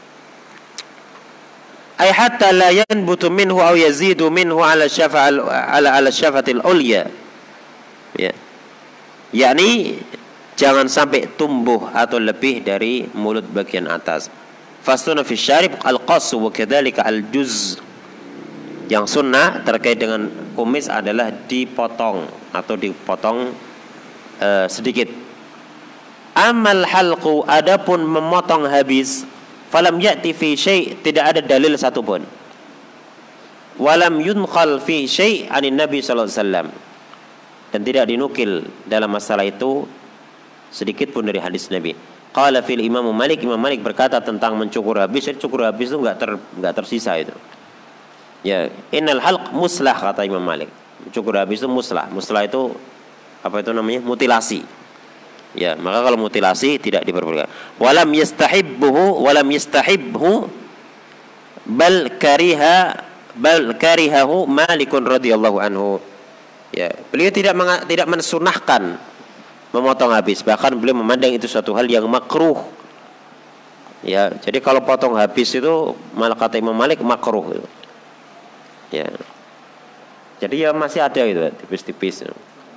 Ay hatta la yanbutu minhu aw yazidu minhu ala syafa ala ala syafatil ulya. Ya. Yakni jangan sampai tumbuh atau lebih dari mulut bagian atas. Fasuna fi syarib al-qass wa kadzalika al-juz. Yang sunnah terkait dengan kumis adalah dipotong atau dipotong uh, sedikit. Amal halqu, adapun memotong habis, falam ya'ti fi syai', tidak ada dalil satupun. Walam yunqal fi syai' anin Nabi sallallahu alaihi wasallam, dan tidak dinukil dalam masalah itu sedikit pun dari hadis Nabi. Qala fil Imam Malik, Imam Malik berkata tentang mencukur habis, jadi cukur habis itu enggak ter enggak tersisa itu. Ya, innal halq muslah, kata Imam Malik. Mencukur habis itu muslah. Muslah itu apa itu namanya? Mutilasi. Ya, maka kalau mutilasi tidak diperbolehkan. Walam yastahibbuhu walam yastahibhu bal kariha bal karihahu Malikun radhiyallahu anhu. Ya, beliau tidak tidak mensunahkan memotong habis, bahkan beliau memandang itu suatu hal yang makruh. Ya, jadi kalau potong habis itu malah kata Imam Malik makruh. Ya. Jadi ya masih ada itu tipis-tipis.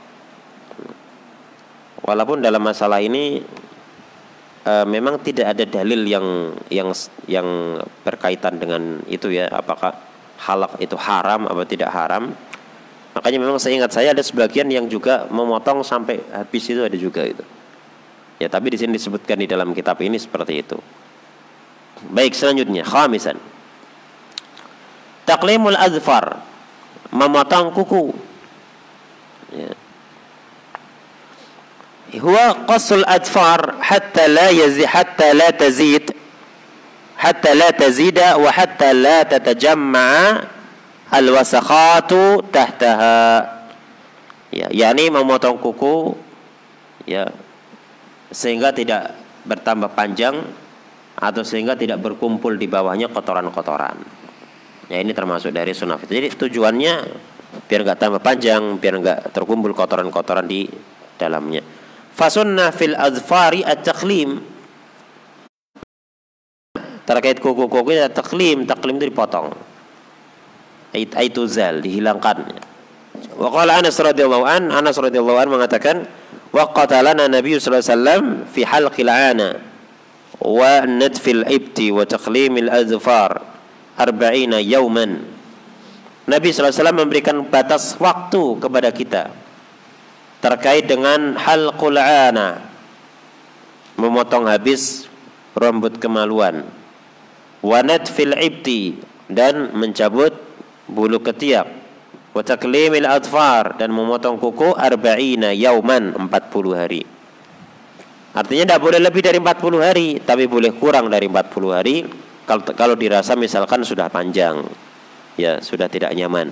Walaupun dalam masalah ini e, memang tidak ada dalil yang yang yang berkaitan dengan itu ya, apakah halak itu haram atau tidak haram. Makanya memang seingat saya ada sebagian yang juga memotong sampai habis itu ada juga itu. Ya, tapi di sini disebutkan di dalam kitab ini seperti itu. Baik, selanjutnya khamisan. Taqlimul azfar, memotong kuku. Ya. Huwa qasul adfar hatta la yazid hatta la tazid hatta la tazida wa hatta la tatajamma'a al-wasakhatu tahtaha. Ya, yakni memotong kuku ya sehingga tidak bertambah panjang atau sehingga tidak berkumpul di bawahnya kotoran-kotoran. Ya, ini termasuk dari sunnah. Jadi tujuannya biar enggak tambah panjang, biar enggak terkumpul kotoran-kotoran di dalamnya. Fasunnah fil azfari at-taqlim, terkait kuku-kuku itu taklim, taklim itu dipotong, itu zal, dihilangkan. Wa qala Anas radhiyallahu an, Anas radhiyallahu an mengatakan, wa qatalana Nabi sallallahu alaihi wasallam fi halqil ana wa nadfil ibti wa taqlimil azfar arba'ina yawman. Nabi sallallahu alaihi wasallam memberikan batas waktu kepada kita terkait dengan halqul ana, memotong habis rambut kemaluan, wa nadfil ibti, dan mencabut bulu ketiak, wa taklimil adfar, dan memotong kuku arba'ina yauman, empat puluh hari. Artinya tidak boleh lebih dari empat puluh hari, tapi boleh kurang dari empat puluh hari kalau kalau dirasa misalkan sudah panjang, ya sudah tidak nyaman.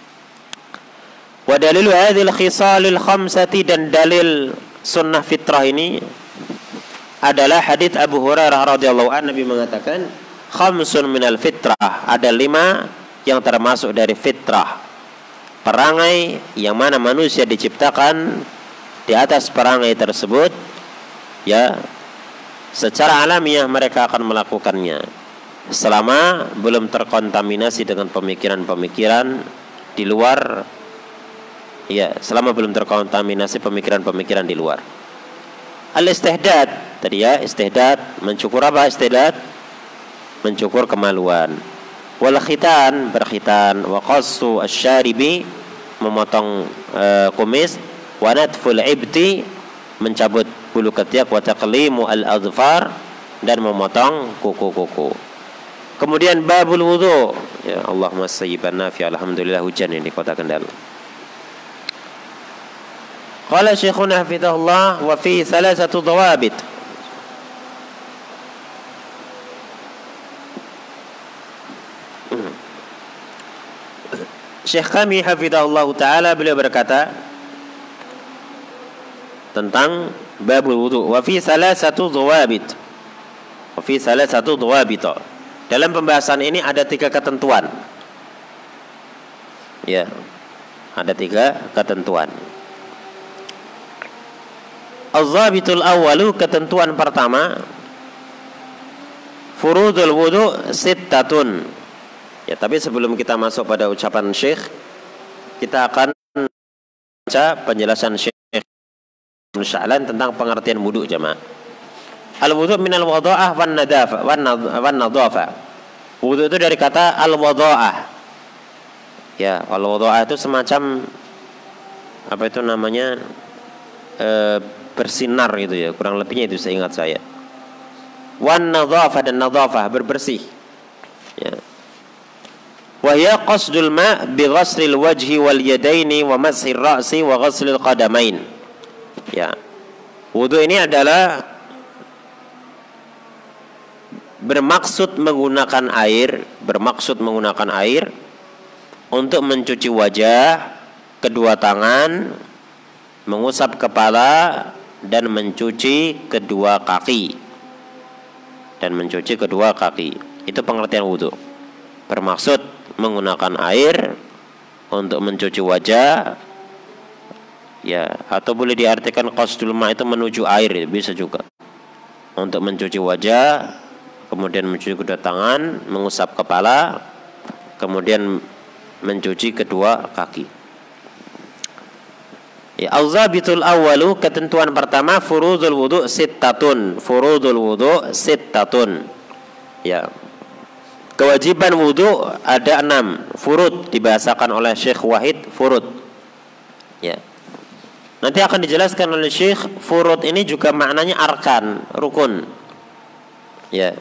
Wa dalilu hadhil khisalil khamsati, dan dalil sunnah fitrah ini adalah hadits Abu Hurairah radhiyallahu anhu. Nabi mengatakan, khamsun minal fitrah, ada lima yang termasuk dari fitrah, perangai yang mana manusia diciptakan di atas perangai tersebut, ya secara alamiah mereka akan melakukannya selama belum terkontaminasi dengan pemikiran-pemikiran di luar. Ya, selama belum terkontaminasi pemikiran-pemikiran di luar. Al-istihdad, tadi ya, istihdad, mencukur apa istihdad? Mencukur kemaluan. Wal khitan, berkhitan. Wa qassu asy-syaribi, memotong uh, kumis. Wa nadful ibti, mencabut bulu ketiak. Wa taqlimu al-adfar, dan memotong kuku-kuku. Kemudian babul wudu. Ya, Allahumma sayyiban nafi', alhamdulillah hujan ini di kota Kendal. Qala syekhuna hafizahullah, wa fi thalathatu dhawabit. Syekh kami hafizahullah ta'ala beliau berkata tentang babul wudu, wa fi thalathatu dhawabit. Wa fi thalathatu dhawabit. Dalam pembahasan ini ada tiga ketentuan. Ya, ada tiga ketentuan. Az-zabitul awwalu, ketentuan pertama, furudul wudu sittatun. Ya, tapi sebelum kita masuk pada ucapan Syekh, kita akan baca penjelasan Syekh Sya'lan tentang pengertian wudu, jemaah. Al-wudu minal wadha'ah wan nadafa wan nadhafa. Wudu itu dari kata al-wadha'ah. Ya, al-wadha'ah itu semacam apa itu namanya? E, bersinar gitu ya, kurang lebihnya itu seingat saya. Wan nadhafah, dan nadhafah berbersih. Ya. Wa hiya qasdul ma' bi ghaslil wajhi wal yadaini wa mashir ra'si wa ghaslil qadamain. Ya. Wudu ini adalah bermaksud menggunakan air, bermaksud menggunakan air untuk mencuci wajah, kedua tangan, mengusap kepala, dan mencuci kedua kaki. Dan mencuci kedua kaki. Itu pengertian wudu. Bermaksud menggunakan air untuk mencuci wajah, ya, atau boleh diartikan qasdul ma' itu menuju air, bisa juga. Untuk mencuci wajah, kemudian mencuci kedua tangan, mengusap kepala, kemudian mencuci kedua kaki. Ya, al-zabitul awwalu, ketentuan pertama, furudul wudu sittatun. Furudul wudu sittatun. Ya. Kewajiban wudu ada enam. Furud dibahasakan oleh Syekh Wahid, furud. Ya. Nanti akan dijelaskan oleh Syekh, furud ini juga maknanya arkan, rukun. Ya.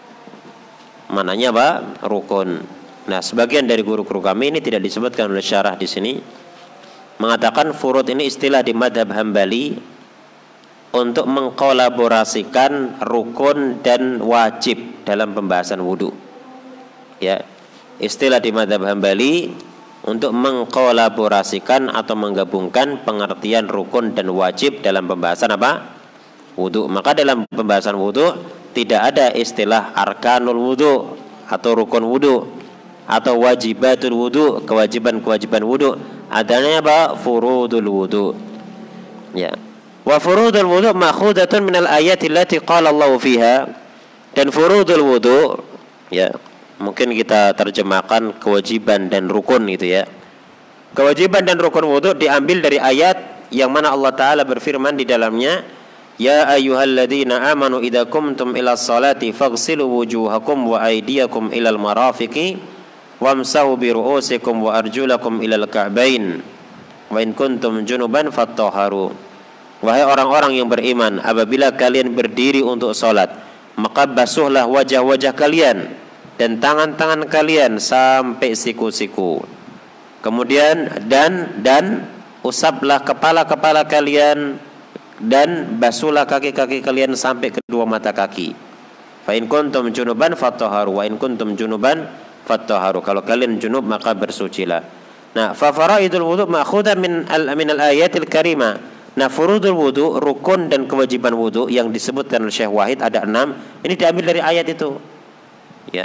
Maknanya apa? Rukun. Nah, sebagian dari guru-guru kami, ini tidak disebutkan oleh syarah di sini, mengatakan furud ini istilah di madhab Hambali untuk mengkolaborasikan rukun dan wajib dalam pembahasan wudu. Ya, istilah di madhab Hambali untuk mengkolaborasikan atau menggabungkan pengertian rukun dan wajib dalam pembahasan apa? Wudu. Maka dalam pembahasan wudu tidak ada istilah arkanul wudu atau rukun wudu atau wajibatul wudu, kewajiban-kewajiban wudu. Adanya apa? Furudul wudu. Ya. Wa furudul wudu ma'khudatun minal ayati allati qala Allah fiha. Dan furudul wudu, ya, mungkin kita terjemahkan kewajiban dan rukun gitu ya. Kewajiban dan rukun wudu diambil dari ayat yang mana Allah Ta'ala berfirman di dalamnya, ya ayyuhalladzina amanu idza qumtum ilas salati faghsilu wujuhakum wa aydiyakum ilal marafiqi wamsahu bi ru'usikum wa arjulakum ilal ka'bain wa in kuntum junuban fattahharu. Wahai orang-orang yang beriman, apabila kalian berdiri untuk salat, maka basuhlah wajah-wajah kalian dan tangan-tangan kalian sampai siku-siku. Kemudian dan dan usaplah kepala-kepala kalian dan basuhlah kaki-kaki kalian sampai kedua mata kaki. Fa in kuntum junuban fattahharu wa in kuntum junuban fattahharu. Kalau kalian junub maka bersucilah. Nah, fa faraidul wudu ma'khudah min al min al ayatil karimah. Nah, furudul wudu, rukun dan kewajiban wudu yang disebutkan oleh Syekh Wahid ada enam. Ini diambil dari ayat itu. Ya.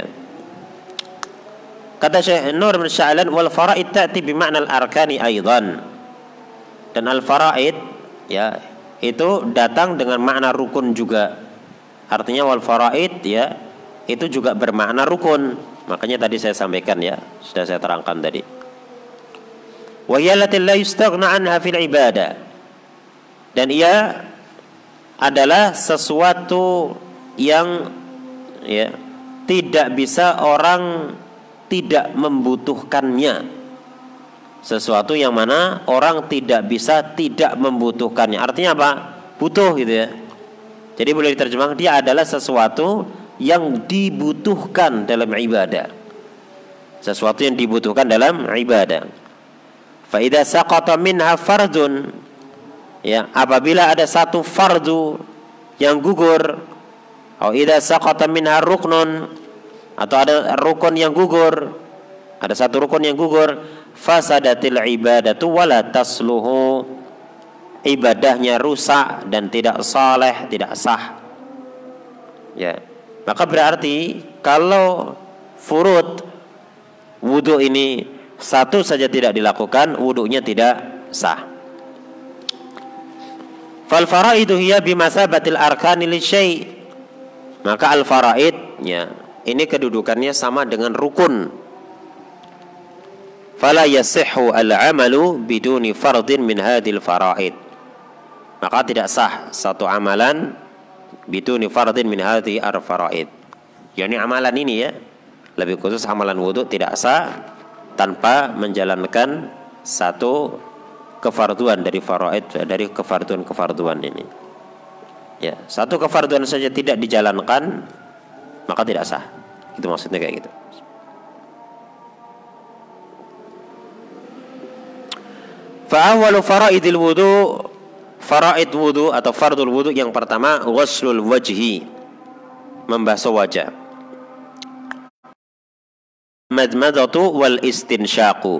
Kata Syekh Nur bin Sya'lan, wal faraid ta'ti bi ma'na al arkani aidan. Dan al faraid, ya, itu datang dengan makna rukun juga. Artinya wal faraid, ya, itu juga bermakna rukun. Makanya tadi saya sampaikan, ya, sudah saya terangkan tadi. Wa hiya allati la yustaghna anha fil ibadah. Dan ia adalah sesuatu yang, ya, tidak bisa orang tidak membutuhkannya. Sesuatu yang mana orang tidak bisa tidak membutuhkannya. Artinya apa? Butuh gitu ya. Jadi boleh diterjemahkan dia adalah sesuatu yang dibutuhkan dalam ibadah. Sesuatu yang dibutuhkan dalam ibadah. Fa idza saqata minha fardun, ya, apabila ada satu fardu yang gugur, atau idza saqata minha ruknun, atau ada rukun yang gugur, ada satu rukun yang gugur, fasadatil ibadatu wala tasluhu, ibadahnya rusak dan tidak saleh, tidak sah. Ya, maka berarti kalau furud wudu ini satu saja tidak dilakukan, wudunya tidak sah. Fal faraidu hiya bimasabatil arkani li syai'. Maka al faraid, ya, ini kedudukannya sama dengan rukun. Fala yasihhu al-amalu biduni fardin min hadhil faraid. Maka tidak sah satu amalan biduni fardin min hadhi ar-faraid. Yani amalan ini, ya, lebih khusus amalan wudu tidak sah tanpa menjalankan satu kefarduan dari faraid, dari kefarduan-kefarduan ini. Ya, satu kefarduan saja tidak dijalankan maka tidak sah. Itu maksudnya kayak gitu. Fa awwalu faraidil wudu, faraid wudu atau fardul wudu yang pertama ghuslul wajhi, membasuh wajah. Madmadatu wal istinsyaqu.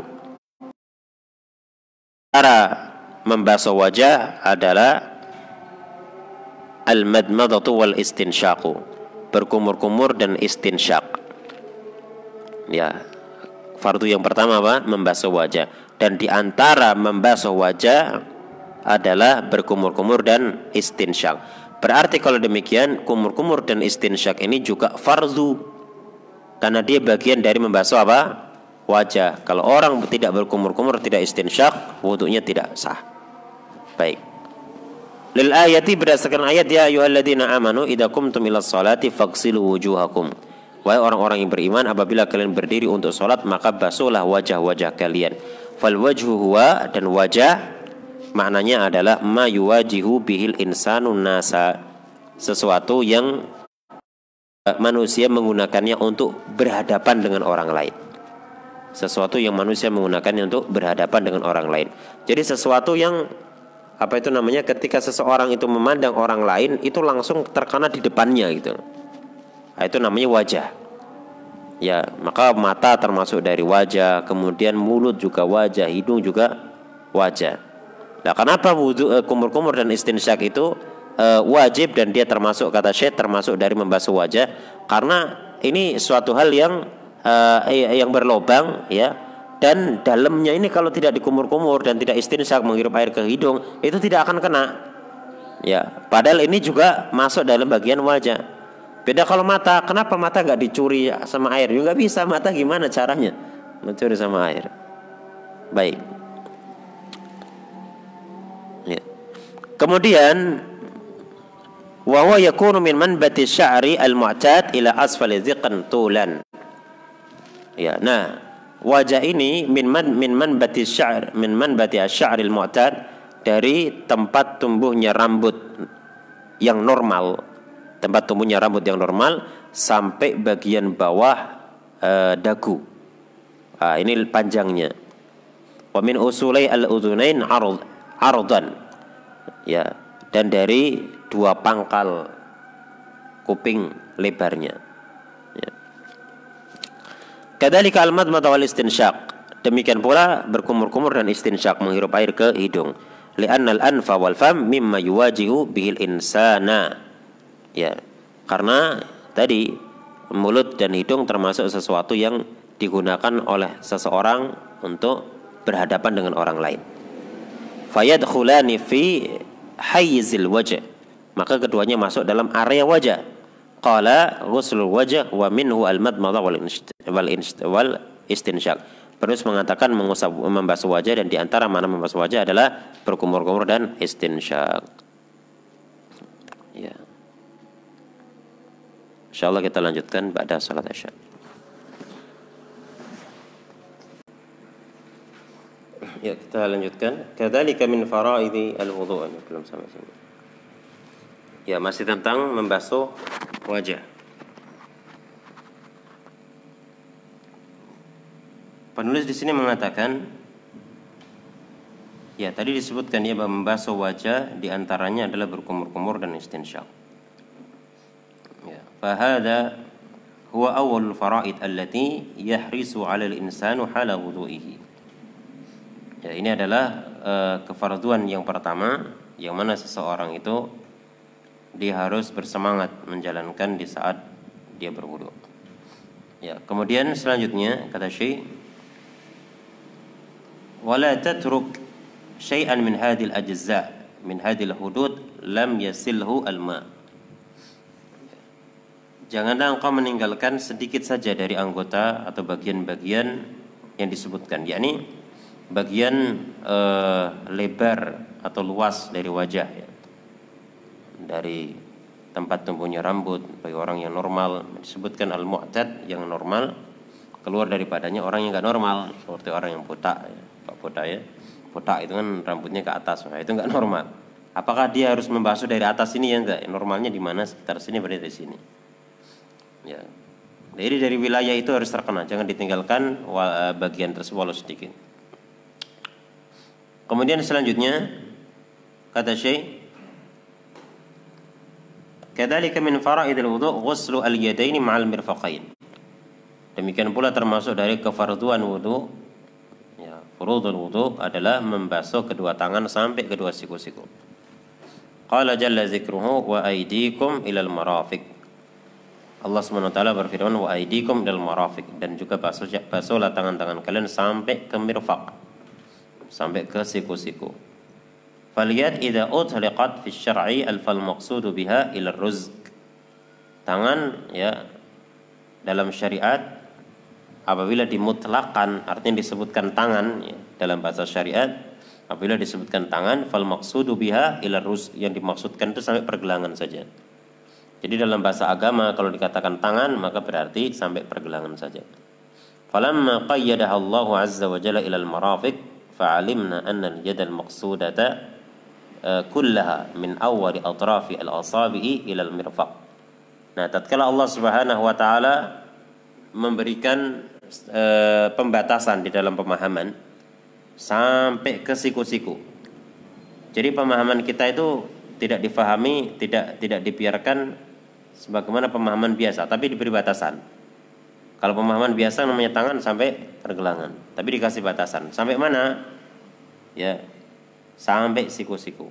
Cara membasuh wajah adalah al-madmadatu wal istinsyaqu, berkumur-kumur dan istinsyaq. Ya, fardu yang pertama apa? Membasuh wajah. Dan di antara membasuh wajah adalah berkumur-kumur dan istinsyaq. Berarti kalau demikian kumur-kumur dan istinsyaq ini juga fardu, karena dia bagian dari membasuh apa? Wajah. Kalau orang tidak berkumur-kumur, tidak istinsyaq, wudunya tidak sah. Baik. Lil ayati, berdasarkan ayat, ya ayyuhalladzina amanu idza qumtum ilas sholati faghsilu wujuhakum. Wahai orang-orang yang beriman, apabila kalian berdiri untuk salat maka basuhlah wajah-wajah kalian. Fal wajhu huwa, dan wajah maknanya adalah ma yuwajihu bihil insanun nasa, sesuatu yang manusia menggunakannya untuk berhadapan dengan orang lain. Sesuatu yang manusia menggunakannya untuk berhadapan dengan orang lain. Jadi sesuatu yang apa itu namanya, ketika seseorang itu memandang orang lain itu langsung terkena di depannya gitu. Nah, itu namanya wajah. Ya, maka mata termasuk dari wajah, kemudian mulut juga wajah, hidung juga wajah. Nah, kenapa wudu, kumur-kumur dan istinsyaq itu uh, wajib dan dia termasuk, kata Syekh, termasuk dari membasuh wajah? Karena ini suatu hal yang uh, yang berlobang, ya. Dan dalamnya ini kalau tidak dikumur-kumur dan tidak istinsyaq, menghirup air ke hidung, itu tidak akan kena. Ya, padahal ini juga masuk dalam bagian wajah. Beda kalau mata, kenapa mata nggak dicuri sama air? Ya nggak bisa, mata gimana caranya mencuri sama air? Baik. Ya. Kemudian wa huwa yakunu min manbati sya'ri al-mu'tad ila asfali dhiqan tulan. Ya, nah, wajah ini min man min manbati sy'r min manbati asy-sya'ri al-mu'tad, dari tempat tumbuhnya rambut yang normal. Tempat tumbuhnya rambut yang normal sampai bagian bawah e, dagu. Nah, ini panjangnya. Wa min usulai al-udhunain ard ardan. Ya, dan dari dua pangkal kuping lebarnya. Ya. Kadzalika al-madmadah wal istinsyaq. Demikian pula berkumur-kumur dan istinsyaq, menghirup air ke hidung. Li'anna al-anfa wal fam mimma yuwajihu bihil insana. Ya, karena tadi mulut dan hidung termasuk sesuatu yang digunakan oleh seseorang untuk berhadapan dengan orang lain. Fayadkhulani fi hayyizil wajh, maka keduanya masuk dalam area wajah. Qala ghuslul wajh wa minhu al-madmadah wal istinsyaq. Terus mengatakan mengusap, membasuh wajah, dan diantara mana membasuh wajah adalah berkumur-kumur dan istinsyaq. Ya. InsyaAllah kita lanjutkan pada salat Isya. Ya, kita lanjutkan. Kadzalika min faraidi al-wudu'. Belum sampai sini. Ya, masih tentang membasuh wajah. Penulis di sini mengatakan, ya, tadi disebutkan ya bahwa membasuh wajah diantaranya adalah berkumur-kumur dan istinsyaq. Fahada huwa awwalul faraid allati yahrisu 'alal insanu hala wudu'ihi. Ya, ini adalah uh, kefarduan yang pertama yang mana seseorang itu dia harus bersemangat menjalankan di saat dia berwudu. Ya, kemudian selanjutnya kata Syekh, wala tatruk syai'an min hadhil ajza' min hadhil hudud lam yasilhu al-ma'. Janganlah engkau meninggalkan sedikit saja dari anggota atau bagian-bagian yang disebutkan, yakni bagian e, lebar atau luas dari wajah, ya. Dari tempat tumbuhnya rambut bagi orang yang normal, disebutkan al-mu'tad, yang normal, keluar daripadanya orang yang enggak normal, seperti orang yang buta, ya. Pak buta, ya. botak itu kan rambutnya ke atas, nah, itu enggak normal. Apakah dia harus membasuh dari atas sini ya enggak? Normalnya di mana? Sekitar sini berarti di sini. Ya. Jadi dari wilayah itu harus terkena, jangan ditinggalkan bagian tersebut walau sedikit. Kemudian selanjutnya kata Syekh, kadzalika min fara'idil wudu' ghuslu al-yadaini ma'al mirfaqain. Demikian pula termasuk dari kefarduan wudu, ya, furudul wudu adalah membasuh kedua tangan sampai kedua siku-siku. Qala jalla dzikruhu wa aydikum ilal marafiq. Allah Subhanahu wa taala berfirman wa aydikum ilal marafiq, dan juga basuh basuhlah tangan-tangan kalian sampai ke mirfaq, sampai ke siku-siku. Faliyad idza utliqat fi syar'i al-fal maqsudu biha ila ruzq. Tangan ya dalam syariat apabila dimutlakan, artinya disebutkan tangan ya, dalam bahasa syariat apabila disebutkan tangan fal maqsudu biha ila ruzq, yang dimaksudkan itu sampai pergelangan saja. Jadi dalam bahasa agama kalau dikatakan tangan maka berarti sampai pergelangan saja. Falamma qayyadaha Allahu azza wa jalla ila al-marafiq fa'alimna anna al-yad al-maqsudata kullaha min awwali atrafi al-asabi'i ila al-mirfaq. Nah, tatkala Allah Subhanahu wa taala memberikan e, pembatasan di dalam pemahaman sampai ke siku-siku. Jadi pemahaman kita itu tidak difahami, tidak tidak dibiarkan sebagaimana pemahaman biasa, tapi diberi batasan. Kalau pemahaman biasa namanya tangan sampai pergelangan, tapi dikasih batasan. Sampai mana? Ya, sampai siku-siku.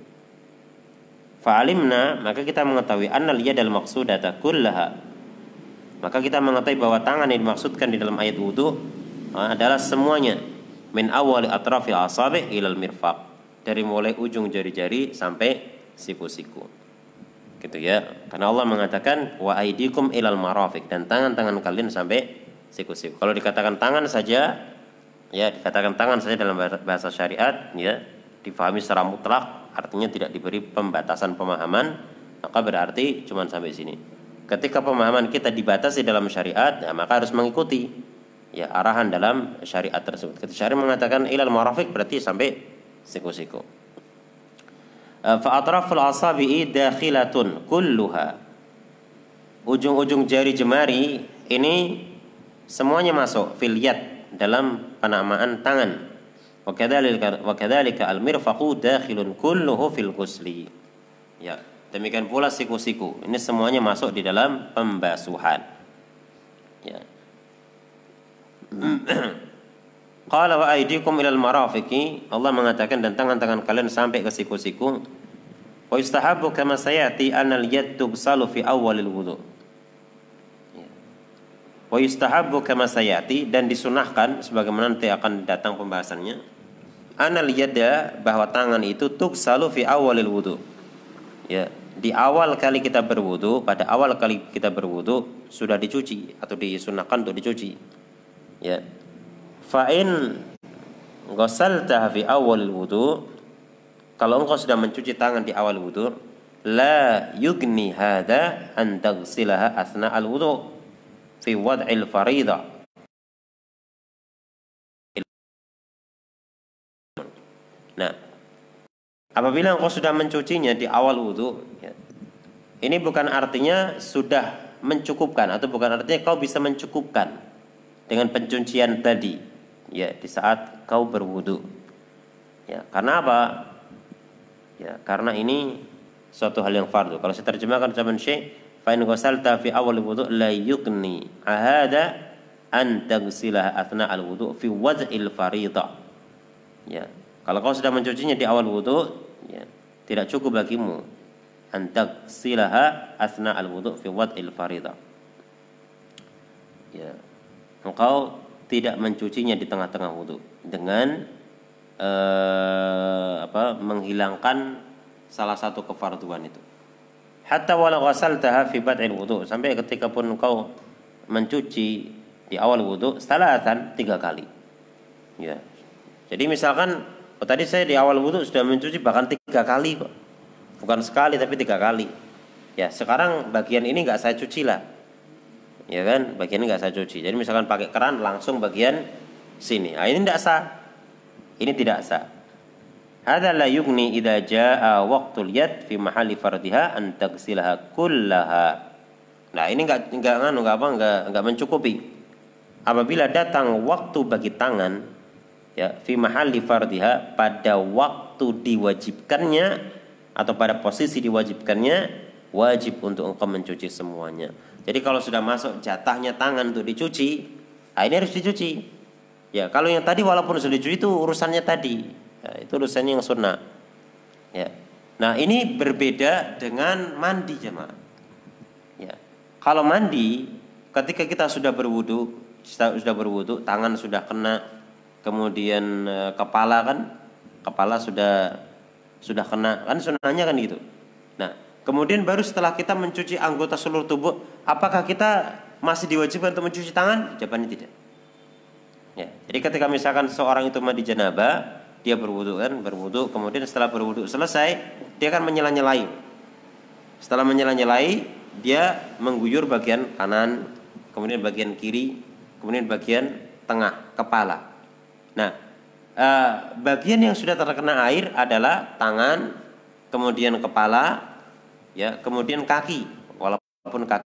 Fa'alimna, maka kita mengetahui annal yadal maqsudata kullaha. Maka kita mengetahui bahwa tangan yang dimaksudkan di dalam ayat wudu adalah semuanya min awwali atrafil asabi' ilal mirfaq. Dari mulai ujung jari-jari sampai siku-siku. Gitu ya. Karena Allah mengatakan wa aidikum ilal marafiq, dan tangan-tangan kalian sampai siku-siku. Kalau dikatakan tangan saja, ya dikatakan tangan saja dalam bahasa syariat, ya difahami secara mutlak, artinya tidak diberi pembatasan pemahaman, maka berarti cuma sampai sini. Ketika pemahaman kita dibatasi dalam syariat, ya, maka harus mengikuti ya arahan dalam syariat tersebut. Ketika syariat mengatakan ilal marafiq berarti sampai siku-siku. Fa atraful asabi'i dakhilatun kulluha. Ujung-ujung jari jemari ini semuanya masuk fil yad, dalam penamaan tangan. Wa kadzalika wa kadzalika al mirfaqu dakhilun kulluhu fil ghusli. Ya, demikian pula siku-siku. Ini semuanya masuk di dalam pembasuhan. Ya. Qala wa aydikum ilal marafiqi. Allah mengatakan dan tangan-tangan kalian sampai ke siku-siku. Wa yustahabbu kama sayati anal yad tubsalu fi awwalil wudu. Wa yustahabbu kama sayati, dan disunahkan sebagaimana nanti akan datang pembahasannya, anal yada, bahwa tangan itu tubsalu fi awwalil wudu. Ya, di awal kali kita berwudu, pada awal kali kita berwudu sudah dicuci atau disunahkan untuk dicuci. Ya. Fa in ghasaltaha fi awwalil wudu, kalau engkau sudah mencuci tangan di awal wudu, la yugni hadza an taghsilaha athna al wudu fi wad'il fariida. Nah, apabila engkau sudah mencucinya di awal wudu, ya, ini bukan artinya sudah mencukupkan, atau bukan artinya kau bisa mencukupkan dengan pencucian tadi, ya, di saat kau berwudu. Ya, karena apa? Ya, karena ini suatu hal yang fardu. Kalau saya terjemahkan ucapan Syekh, fa in ghasalta fi awal wudu la yughni ahada an taghsilaha athna al wudu fi wad'il fariida. Ya, kalau kau sudah mencucinya di awal wudu, ya, tidak cukup bagimu an taghsilaha athna al wudu fi wad'il fariida. Ya, engkau tidak mencucinya di tengah-tengah wudu dengan Uh, apa menghilangkan salah satu kefarduan itu. Hatta walau ghasaltaha fi bad'il wudu, sampai ketika pun engkau mencuci di awal wudu salatan, tiga kali. Ya. Jadi misalkan oh, tadi saya di awal wudu sudah mencuci bahkan tiga kali kok. Bukan sekali tapi tiga kali. Ya, sekarang bagian ini enggak saya cuci lah. Ya kan? Bagian ini enggak saya cuci. Jadi misalkan pakai keran langsung bagian sini. Nah, ini enggak sah. Ini tidak sah. hadza la yughni idza jaa waqtul yad fi mahalli fardiha an taghsilaha kullaha. Nah, ini enggak enggak nganu enggak apa enggak enggak mencukupi. Apabila datang waktu bagi tangan ya fi mahalli fardiha, pada waktu diwajibkannya atau pada posisi diwajibkannya, wajib untuk engkau mencuci semuanya. Jadi kalau sudah masuk jatahnya tangan untuk dicuci, nah ini harus dicuci. Ya, kalau yang tadi walaupun sudah dicuci itu urusannya tadi, ya, itu urusannya yang sunnah. Ya. Nah, ini berbeda dengan mandi jemaah. Ya. Kalau mandi, ketika kita sudah berwudu, sudah berwudu, tangan sudah kena, kemudian e, kepala kan, kepala sudah sudah kena, kan sunnahnya kan gitu. Nah, kemudian baru setelah kita mencuci anggota seluruh tubuh, apakah kita masih diwajibkan untuk mencuci tangan? Jawabannya tidak. Ya, jadi ketika misalkan seorang itu mandi janabah, dia berwudu kan, berwudu, kemudian setelah berwudu selesai, dia akan menyela-nyelai. Setelah menyela-nyelai, dia mengguyur bagian kanan, kemudian bagian kiri, kemudian bagian tengah kepala. Nah, eh, bagian yang sudah terkena air adalah tangan, kemudian kepala, ya, kemudian kaki. Walaupun kaki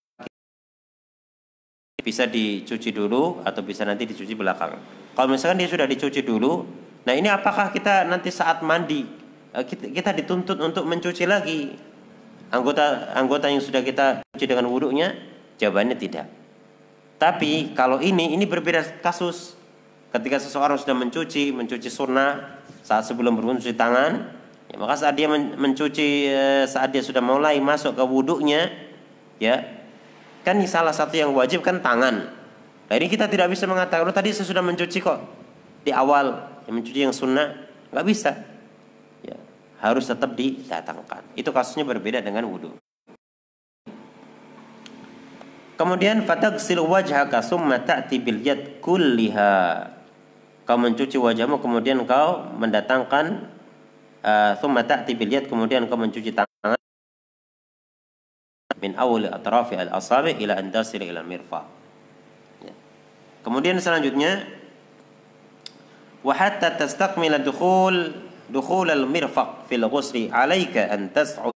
bisa dicuci dulu atau bisa nanti dicuci belakang. Kalau misalkan dia sudah dicuci dulu, nah ini apakah kita nanti saat mandi kita, kita dituntut untuk mencuci lagi anggota anggota yang sudah kita cuci dengan wudunya? Jawabannya tidak. Tapi kalau ini ini berbeda kasus. Ketika seseorang sudah mencuci mencuci sunnah saat sebelum berwudu cuci tangan, ya, maka saat dia mencuci saat dia sudah mulai masuk ke wudunya, ya. Kan salah satu yang wajib kan tangan. Nah ini kita tidak bisa mengatakan, oh, tadi saya sudah mencuci kok di awal, yang mencuci yang sunnah, nggak bisa. Ya, harus tetap didatangkan. Itu kasusnya berbeda dengan wudu. Kemudian fatagsil wajhaka summa ta'ti bil yad kulliha. Kau mencuci wajahmu kemudian kau mendatangkan uh, summa ta'ti bil yad, kemudian kau mencuci tangan min awal atrafi al-asabi ila an tasil ila al-mirfaq. Ya. Kemudian selanjutnya wa hatta tastakmila dukhul dukhul al-mirfaq fil ghusli alayka an tas'ud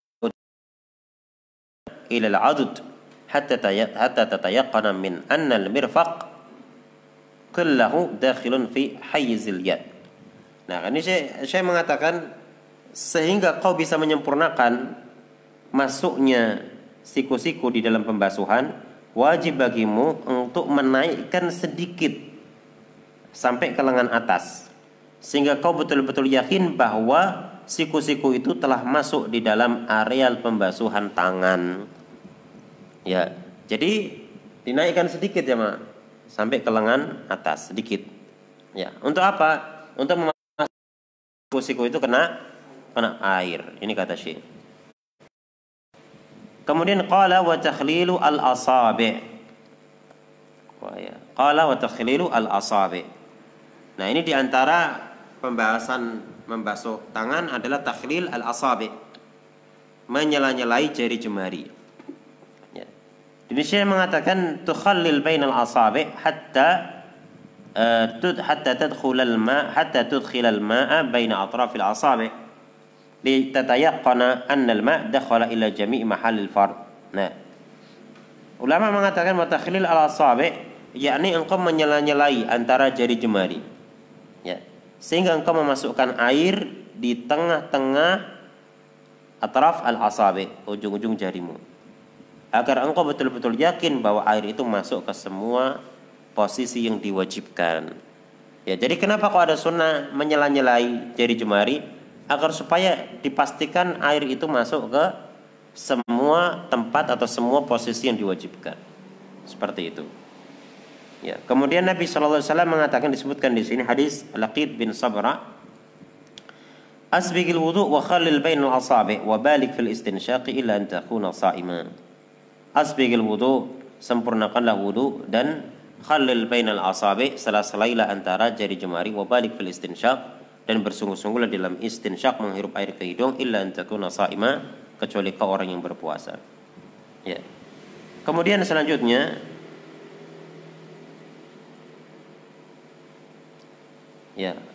ila al-'adud hatta hatta tatayaqqana min anna al-mirfaq kulluhu dakhilun fi hayz al-yad. Nah, ini saya, saya mengatakan sehingga kau bisa menyempurnakan masuknya siku-siku di dalam pembasuhan, wajib bagimu untuk menaikkan sedikit sampai ke lengan atas, sehingga kau betul-betul yakin bahwa siku-siku itu telah masuk di dalam areal pembasuhan tangan. Ya, jadi dinaikkan sedikit ya, Mak, sampai ke lengan atas sedikit. Ya, untuk apa? Untuk memastikan siku-siku itu kena kena air. Ini kata Syekh. Kemudian qala wa takhlilu al-asabi'. Qala wa takhlilu al-asabi'. Nah, ini diantara pembahasan membasuh tangan adalah takhlil al-asabi', menyela-nyelai jari jemari. Ya. Di sini mengatakan tukhallil bainal asabi' hatta uh, tud hatta tadkhul al-ma' hatta tudkhil al-ma'a baina atrafil asabi'. Litatayaqqana anna al-ma' dakhala ila jami' mahallil fard. Nah, ulama mengatakan matakhlil al-asabi', yakni engkau menyela-nyelai antara jari jemari. Ya, sehingga engkau memasukkan air di tengah-tengah atraf al-asabi', ujung-ujung jarimu. Agar engkau betul-betul yakin bahwa air itu masuk ke semua posisi yang diwajibkan. Ya, jadi kenapa kok ada sunnah menyela-nyelai jari jemari? Agar supaya dipastikan air itu masuk ke semua tempat atau semua posisi yang diwajibkan. Seperti itu. Ya, kemudian Nabi shallallahu alaihi wasallam mengatakan, disebutkan di sini hadis Laqid bin Sabra, asbigil wudu wa khallil bainal asabi' wa balik fil istinsyaqi illa an takuna sha'iman. Asbigil wudu, sempurnakanlah wudu, dan khallil bainal asabi', sela-selailah antara jari jemari, wa balik fil istinsyaq, dan bersungguh-sungguhlah dalam istinsyak, menghirup air ke hidung, illa an takuna sha'ima, kecuali kau orang yang berpuasa. Ya. Kemudian selanjutnya ya,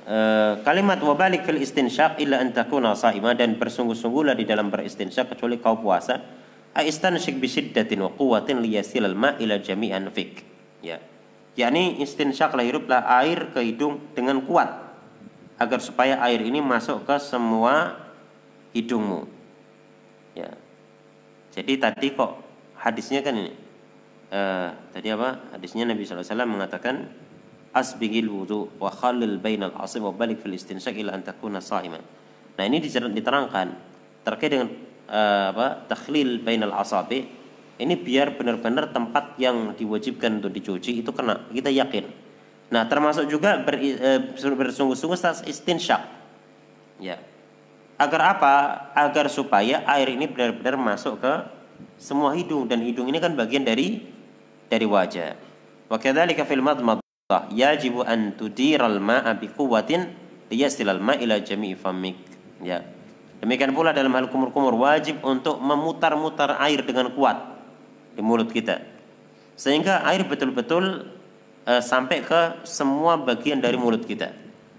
uh, kalimat wabalik fil istinsyaq illa an takuna sha'ima, dan bersungguh-sungguhlah di dalam beristinsyak kecuali kau puasa. Aistansyik bi syiddatin wa quwwatin liyasil al-ma' ila jami'an fik. Ya. Yakni istinsyaklah, hiruplah air ke hidung dengan kuat agar supaya air ini masuk ke semua hidungmu. Ya. Jadi tadi kok hadisnya kan ini. Uh, tadi apa? Hadisnya Nabi sallallahu alaihi wasallam mengatakan asbigil wudu wa khallil bainal asib wa balik fil istinsyak ila an takuna sha'iman. Nah, ini diterangkan terkait dengan uh, apa? Takhlil bainal asabi. Ini biar benar-benar tempat yang diwajibkan untuk dicuci itu kena, kita yakin. Nah, termasuk juga ber, uh, bersungguh-sungguh saat istinsyak. Ya. Agar apa? Agar supaya air ini benar-benar masuk ke semua hidung, dan hidung ini kan bagian dari dari wajah. Wa kadzalika fil madmadah yajibu an tudiral ma'a bi quwwatin liyasilal ma' ila jami'i famik. Ya. Demikian pula dalam hal kumur-kumur wajib untuk memutar-mutar air dengan kuat di mulut kita, sehingga air betul-betul uh, sampai ke semua bagian dari mulut kita.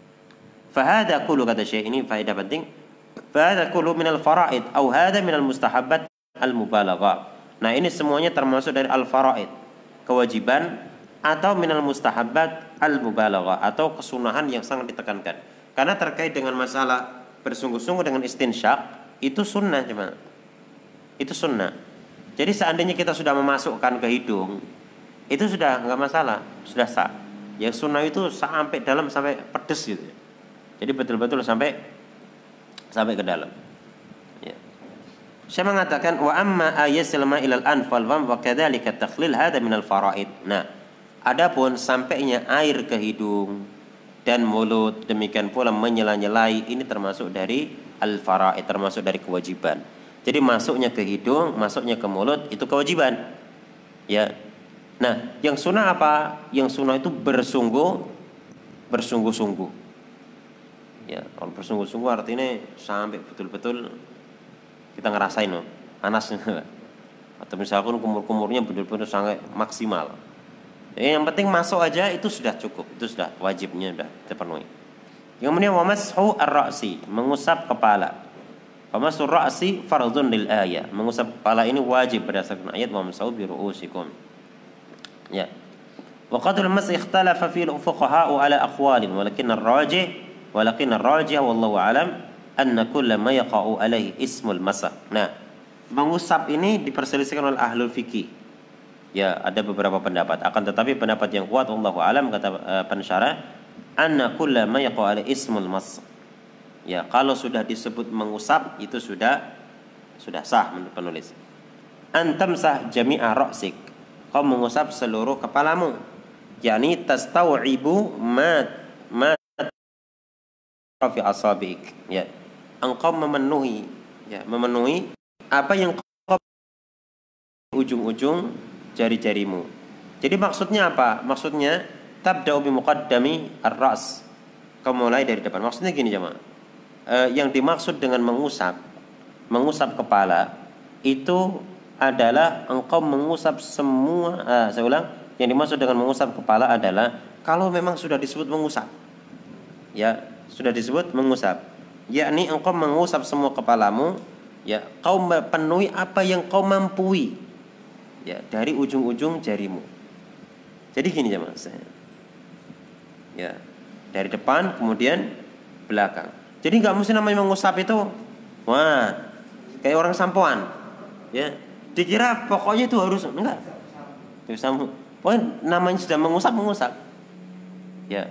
Fa hadza kullu, kata Syekh, ini faedah penting. Fa hadza kullu minal faraid atau hadza minal mustahabbat al-mubalaghah. Nah, ini semuanya termasuk dari al-faraid, kewajiban, atau minal mustahabbat al-mubalaghah, atau kesunahan yang sangat ditekankan. Karena terkait dengan masalah bersungguh-sungguh dengan istinsyak itu sunnah, cuma itu sunnah. Jadi seandainya kita sudah memasukkan ke hidung, itu sudah nggak masalah, sudah sah. Yang sunnah itu sampai dalam, sampai pedes gitu. Jadi betul-betul sampai sampai ke dalam. Ya. Saya mengatakan wa amma ayasil ma ilal anf wal fam wa kadzalika takhlil hada minal faraid. Nah, adapun sampainya air ke hidung dan mulut, demikian pula menyela-nyelai, ini termasuk dari al-faraid, termasuk dari kewajiban. Jadi masuknya ke hidung, masuknya ke mulut itu kewajiban. Ya. Nah, yang sunnah apa? Yang sunnah itu bersungguh bersungguh-sungguh. Ya, kalau bersungguh-sungguh artinya sampai betul-betul kita ngerasain loh panasnya. Atau misalkan kumur-kumurnya betul-betul sangat maksimal. Jadi yang penting masuk aja itu sudah cukup, itu sudah wajibnya sudah terpenuhi. Kemudian wa mashu ar-ra'si, mengusap kepala. Wa mashu ar-ra'si fardhun lil ayah. Mengusap kepala ini wajib berdasarkan ayat wa mashu bi ru'usikum. Ya. Wa qadul mas ikhtalafa fi al-fuqaha ala aqwalin walakin ar-rajih walakin ar-rajih wallahu alam anna kulla ma yaqa'u alaihi ismul masah. Nah, mengusap ini diperselisihkan oleh ahlul fikih. Ya, ada beberapa pendapat. Akan tetapi pendapat yang kuat wallahu alam, kata uh, pensyarah, anna kulla ma yaqa'u alaihi ismul masah. Ya, kalau sudah disebut mengusap itu sudah sudah sah menurut penulis. Antamsah jami'a ra'sik, kau mengusap seluruh kepalamu. yakni tastawibu ma ma fi asabik, ya, engkau memenuhi, ya, memenuhi apa yang kau ujung-ujung jari-jarimu. Jadi maksudnya apa? Maksudnya tabda'u bi muqaddami ar-ras, kau mulai dari depan. Maksudnya gini jemaah, e, yang dimaksud dengan mengusap mengusap kepala itu adalah engkau mengusap semua, ah, saya ulang, yang dimaksud dengan mengusap kepala adalah kalau memang sudah disebut mengusap, ya, sudah disebut mengusap, yakni engkau mengusap semua kepalamu, ya, kau penuhi apa yang kau mampu, ya, dari ujung-ujung jarimu. Jadi gini jemaah, ya, dari depan kemudian belakang. Jadi nggak mesti namanya mengusap itu, wah, kayak orang sampoan, ya, dikira pokoknya itu harus enggak. Pokoknya namanya sudah mengusap mengusap, ya.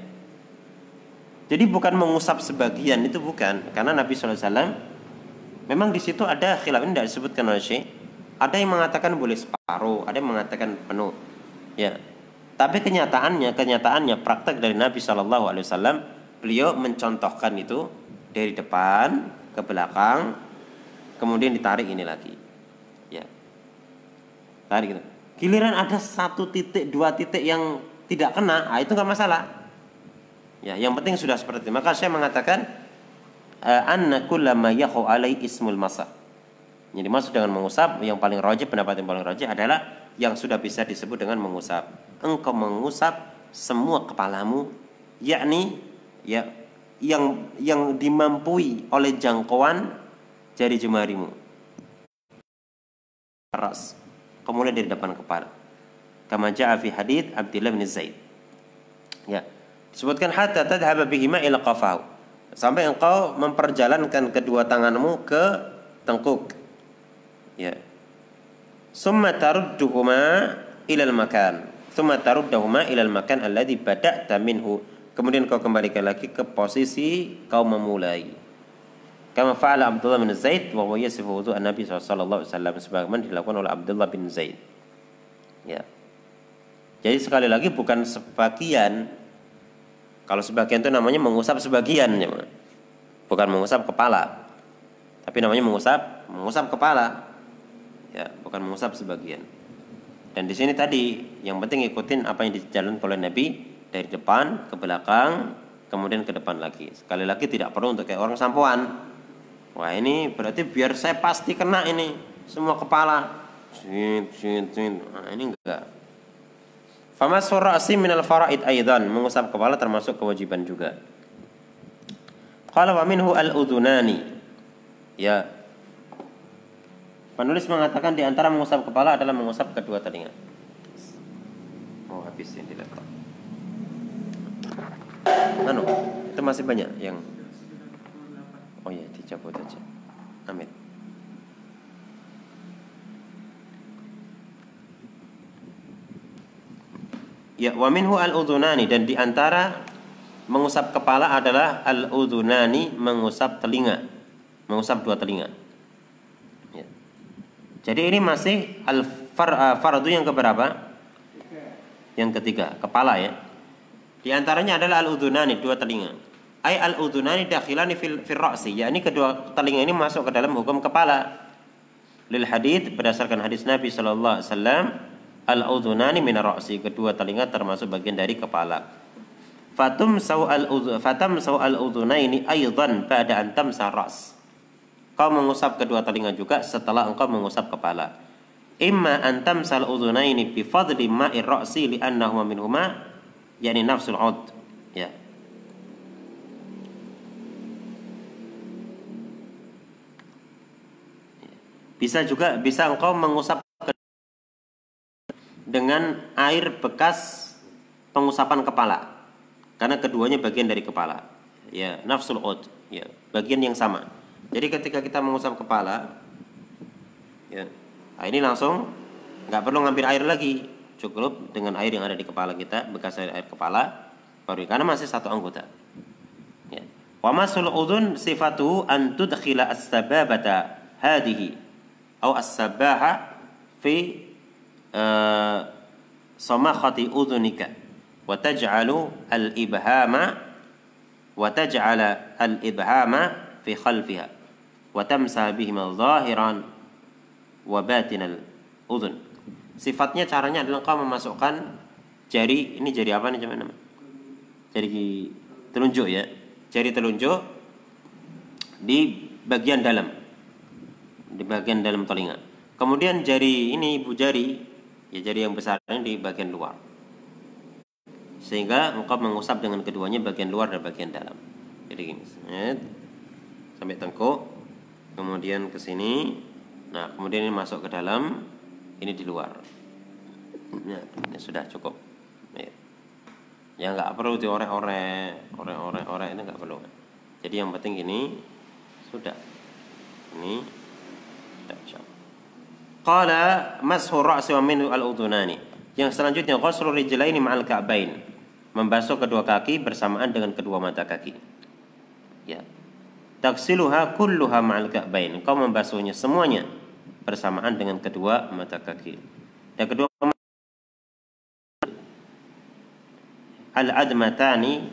Jadi bukan mengusap sebagian, itu bukan, karena Nabi shallallahu alaihi wasallam memang di situ ada khilaf, ini tidak disebutkan oleh Syekh. Ada yang mengatakan boleh separuh, ada yang mengatakan penuh, ya. Tapi kenyataannya, kenyataannya praktek dari Nabi shallallahu alaihi wasallam, beliau mencontohkan itu dari depan ke belakang, kemudian ditarik ini lagi, ya, tarik gitu. Giliran ada satu titik, dua titik yang tidak kena, ah, itu nggak masalah, ya. Yang penting sudah seperti itu. Maka saya mengatakan anna kullama yakhu alai ismul masa. Jadi maksud dengan mengusap yang paling rajih, pendapat yang paling rajih adalah yang sudah bisa disebut dengan mengusap. Engkau mengusap semua kepalamu, yakni, ya, yang yang dimampui oleh jangkauan jari jemarimu. Ras, kemudian dari depan kepala. Kama jaa fi hadits Abdullah bin Zaid. Ya. Disebutkan hatta tadhhaba bihima ila qafahu. Sampai engkau memperjalankan kedua tanganmu ke tengkuk. Ya. Summa tarudduhuma ila al-makan. Summa tarudduhuma ila al-makan alladhi bada'ta minhu. Kemudian kau kembalikan lagi ke posisi kau memulai. Kama fa'ala Abdullah bin Zaid wa huwa yasifu wudu' an-nabi sallallahu alaihi wasallam, sebagaimana dilakukan oleh Abdullah bin Zaid. Ya. Jadi sekali lagi bukan sebagian. Kalau sebagian itu namanya mengusap sebagian, ya. Bukan mengusap kepala. Tapi namanya mengusap mengusap kepala. Ya, bukan mengusap sebagian. Dan di sini tadi yang penting ikutin apa yang dijalankan oleh Nabi dari depan ke belakang, kemudian ke depan lagi. Sekali lagi tidak perlu untuk kayak orang sampoan. Wah, ini berarti biar saya pasti kena ini semua kepala. Sin sin sin. Nah, ini enggak. Famasur ra'si minal faraid aidan, mengusap kepala termasuk kewajiban juga. Qala wa minhu al-udhunani. Ya. Penulis mengatakan di antara mengusap kepala adalah mengusap kedua telinga. Mau habis ini laptop. Anu, itu masih banyak yang oh ya, dicabut aja. Amin. Ya, wa minhu al-udhunani, dan di antara mengusap kepala adalah al-udhunani, mengusap telinga. Mengusap dua telinga. Ya. Jadi ini masih al-fardu yang keberapa? Yang ketiga, kepala ya. Di antaranya adalah al-udhunani, dua telinga. Ai al-udhunani dakhilani fil fil ra'si, yakni kedua telinga ini masuk ke dalam hukum kepala. Lil hadits, berdasarkan hadis Nabi sallallahu alaihi wasallam, al-udhunani min ar-ra'si, kedua telinga termasuk bagian dari kepala. Fatum saw al-udhun fatam saw al-udhunaini aidan ba'da an tamsa ras. Kau mengusap kedua telinga juga setelah engkau mengusap kepala. Imma an tamsal udhunaini bi fadli ma'ir ra'si li'annahu minhuma, yakni nafsul 'ud. Ya. Bisa juga bisa engkau mengusap dengan air bekas pengusapan kepala, karena keduanya bagian dari kepala. Ya, nafsul 'ud, ya, bagian yang sama. Jadi ketika kita mengusap kepala, ya, nah ini langsung nggak perlu ngambil air lagi, cukup dengan air yang ada di kepala kita, bekas air, air kepala, baru karena masih satu anggota. Ya. Wa masul udhun sifatuhu an tudkhila as-sababata hadhihi atau as-sabaha fi uh, samakhati udhunika wa taj'alu al-ibhama wa taj'ala al-ibhama fi khalfiha wa tamsah bihima zahiran wa batinal udhun. Sifatnya, caranya adalah kau memasukkan jari, ini jari apa nih teman-teman? Jari telunjuk ya. Jari telunjuk di bagian dalam. Di bagian dalam telinga. Kemudian jari ini, ibu jari, ya jari yang besar ini di bagian luar. Sehingga engkau mengusap dengan keduanya, bagian luar dan bagian dalam. Jadi gini, sampai tengkuk, kemudian ke sini. Nah, kemudian ini masuk ke dalam, ini di luar. Ya, ini sudah cukup. Ya, ya nggak perlu diorek-orek, orek-orek-orek, ini nggak perlu. Jadi yang penting ini sudah. Ini sudah insyaallah. Qala mashu ra'si wa minhu al-udhunani. Yang selanjutnya ghuslu rijlaini ma'al ka'bain, membasuh kedua kaki bersamaan dengan kedua mata kaki. Ya. Taksiluha kulluha ma'al ka'bain, kau membasuhnya semuanya bersamaan dengan kedua mata kaki. Dan kedua al-admatani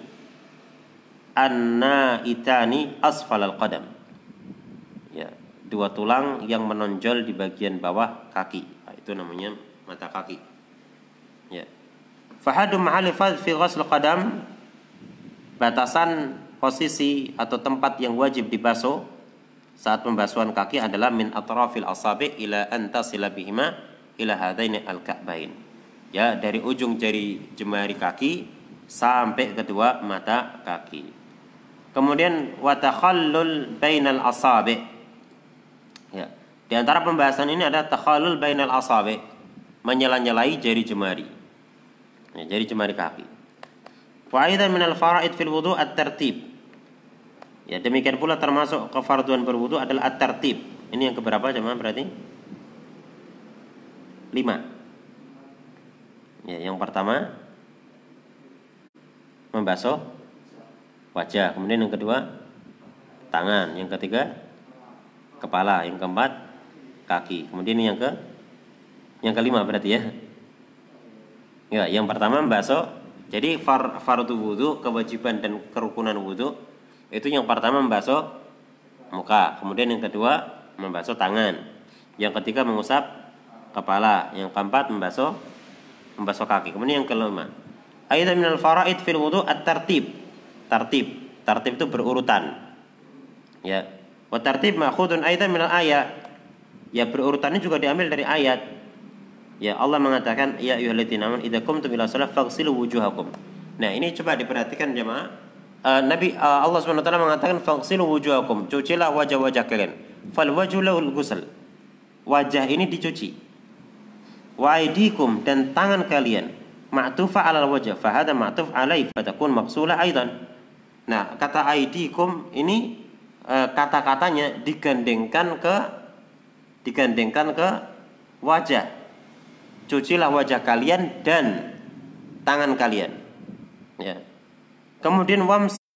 an-naitani asfal al-qadam. Ya, dua tulang yang menonjol di bagian bawah kaki. Nah, itu namanya mata kaki. Ya. Fahadu mahali fi ghusl qadam, batasan posisi atau tempat yang wajib dibasuh saat pembasuhan kaki adalah min atrafil asabi' ila an tasila bihima ila hadaini al-ka'bain. Ya, dari ujung jari jemari kaki sampai kedua mata kaki. Kemudian wa takhallul bainal asabi'. Ya. Di antara pembahasan ini ada takhallul bainal asabi', menyela-nyelai jari jemari. Ya, jari jemari kaki. Wa aidan minal faraid fil wudu' at-tartib. Ya, demikian pula termasuk kefarduan berwudu adalah at-tartib. Ini yang keberapa jemaah berarti? Lima. Ya, yang pertama membasuh wajah, kemudian yang kedua tangan, yang ketiga kepala, yang keempat kaki, kemudian yang ke yang kelima berarti ya. Ya, yang pertama membasuh. Jadi far, fardu wudu, kewajiban dan kerukunan wudu itu yang pertama membasuh muka, kemudian yang kedua membasuh tangan, yang ketiga mengusap kepala, yang keempat membasuh membasuh kaki, kemudian yang kelima. Aidan minal faraid fil wudu at-tartib. Tartib. Tartib itu berurutan. Ya. Wa tartib ma'khudun aidan minal ayat. Ya, berurutannya juga diambil dari ayat. Ya, Allah mengatakan ya ayyuhalladzina amanu idza qumtum ila shalah faghsilu wujuhakum. Nah, ini coba diperhatikan jemaah. Uh, Nabi uh, Allah Subhanahu wa taala mengatakan faghsilu wujuhakum, cucilah wajah-wajah kalian. Fal wajhu lahul ghusl. Wajah ini dicuci. Wa aydikum, dan tangan kalian ma'tufa 'alal wajh, fa hadha ma'tuf 'alaihi fatakun maqsula aidan. Nah, kata aydikum ini uh, kata-katanya digandengkan ke digandengkan ke wajah. Cucilah wajah kalian dan tangan kalian. Ya. Kemudian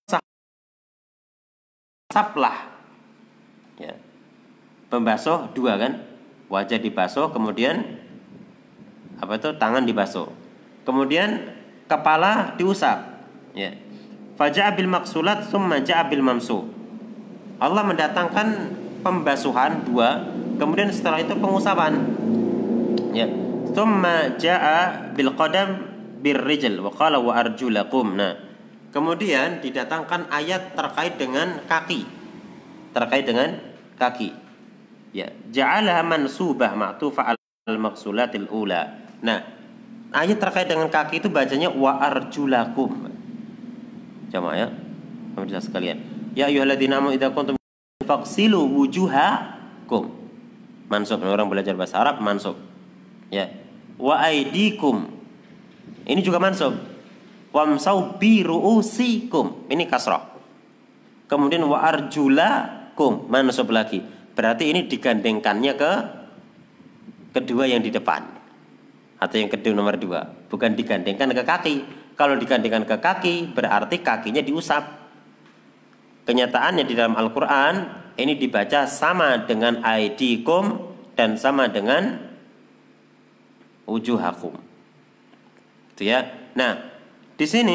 wamsahlah. Ya. Pembasuh dua kan? Wajah dibasuh, kemudian apa itu? Tangan dibasuh. Kemudian kepala diusap. Ya. Faja'a bil maqsulat tsumma ja'a bil mamsuh. Allah mendatangkan pembasuhan dua, kemudian setelah itu pengusapan. Ya. Tsumma ja'a bil qadam bir rijl wa qala wa arjulakum. Nah, kemudian didatangkan ayat terkait dengan kaki. Terkait dengan kaki. Ya, ja'alaha mansubah ma'tufah al maqsulatil ula. Nah, ayat terkait dengan kaki itu bacanya wa arjulakum. Jamaah ya. Pemirsa sekalian. Ya ayyuhalladzina amanu idza kuntum faghsilu wujuhakum. Mansub, orang belajar bahasa Arab mansub. Ya. Wa aidikum. Ini juga mansub. Wamsau bi ru'usikum. Ini kasrah. Kemudian wa arjulakum, mansub lagi. Berarti ini digandengkannya ke kedua yang di depan. Atau yang kedua nomor dua. Bukan digandengkan ke kaki. Kalau digandengkan ke kaki berarti kakinya diusap. Kenyataannya di dalam Al-Quran ini dibaca sama dengan aidikum dan sama dengan wujuhakum. Itu ya. Nah, di sini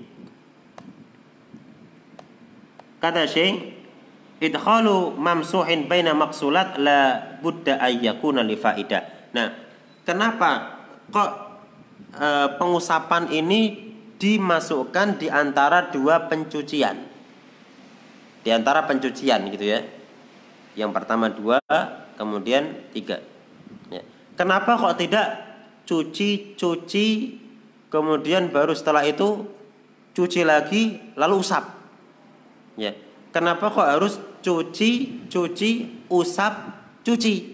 kata Syekh, idkhalu mamsuhin baina maqsulat la budda ayyakuna li faidah. Nah, kenapa kok e, pengusapan ini dimasukkan di antara dua pencucian? Di antara pencucian gitu ya. Yang pertama dua, kemudian tiga. Ya. Kenapa kok tidak cuci-cuci kemudian baru setelah itu cuci lagi lalu usap? Ya. Kenapa kok harus cuci, cuci, usap, cuci?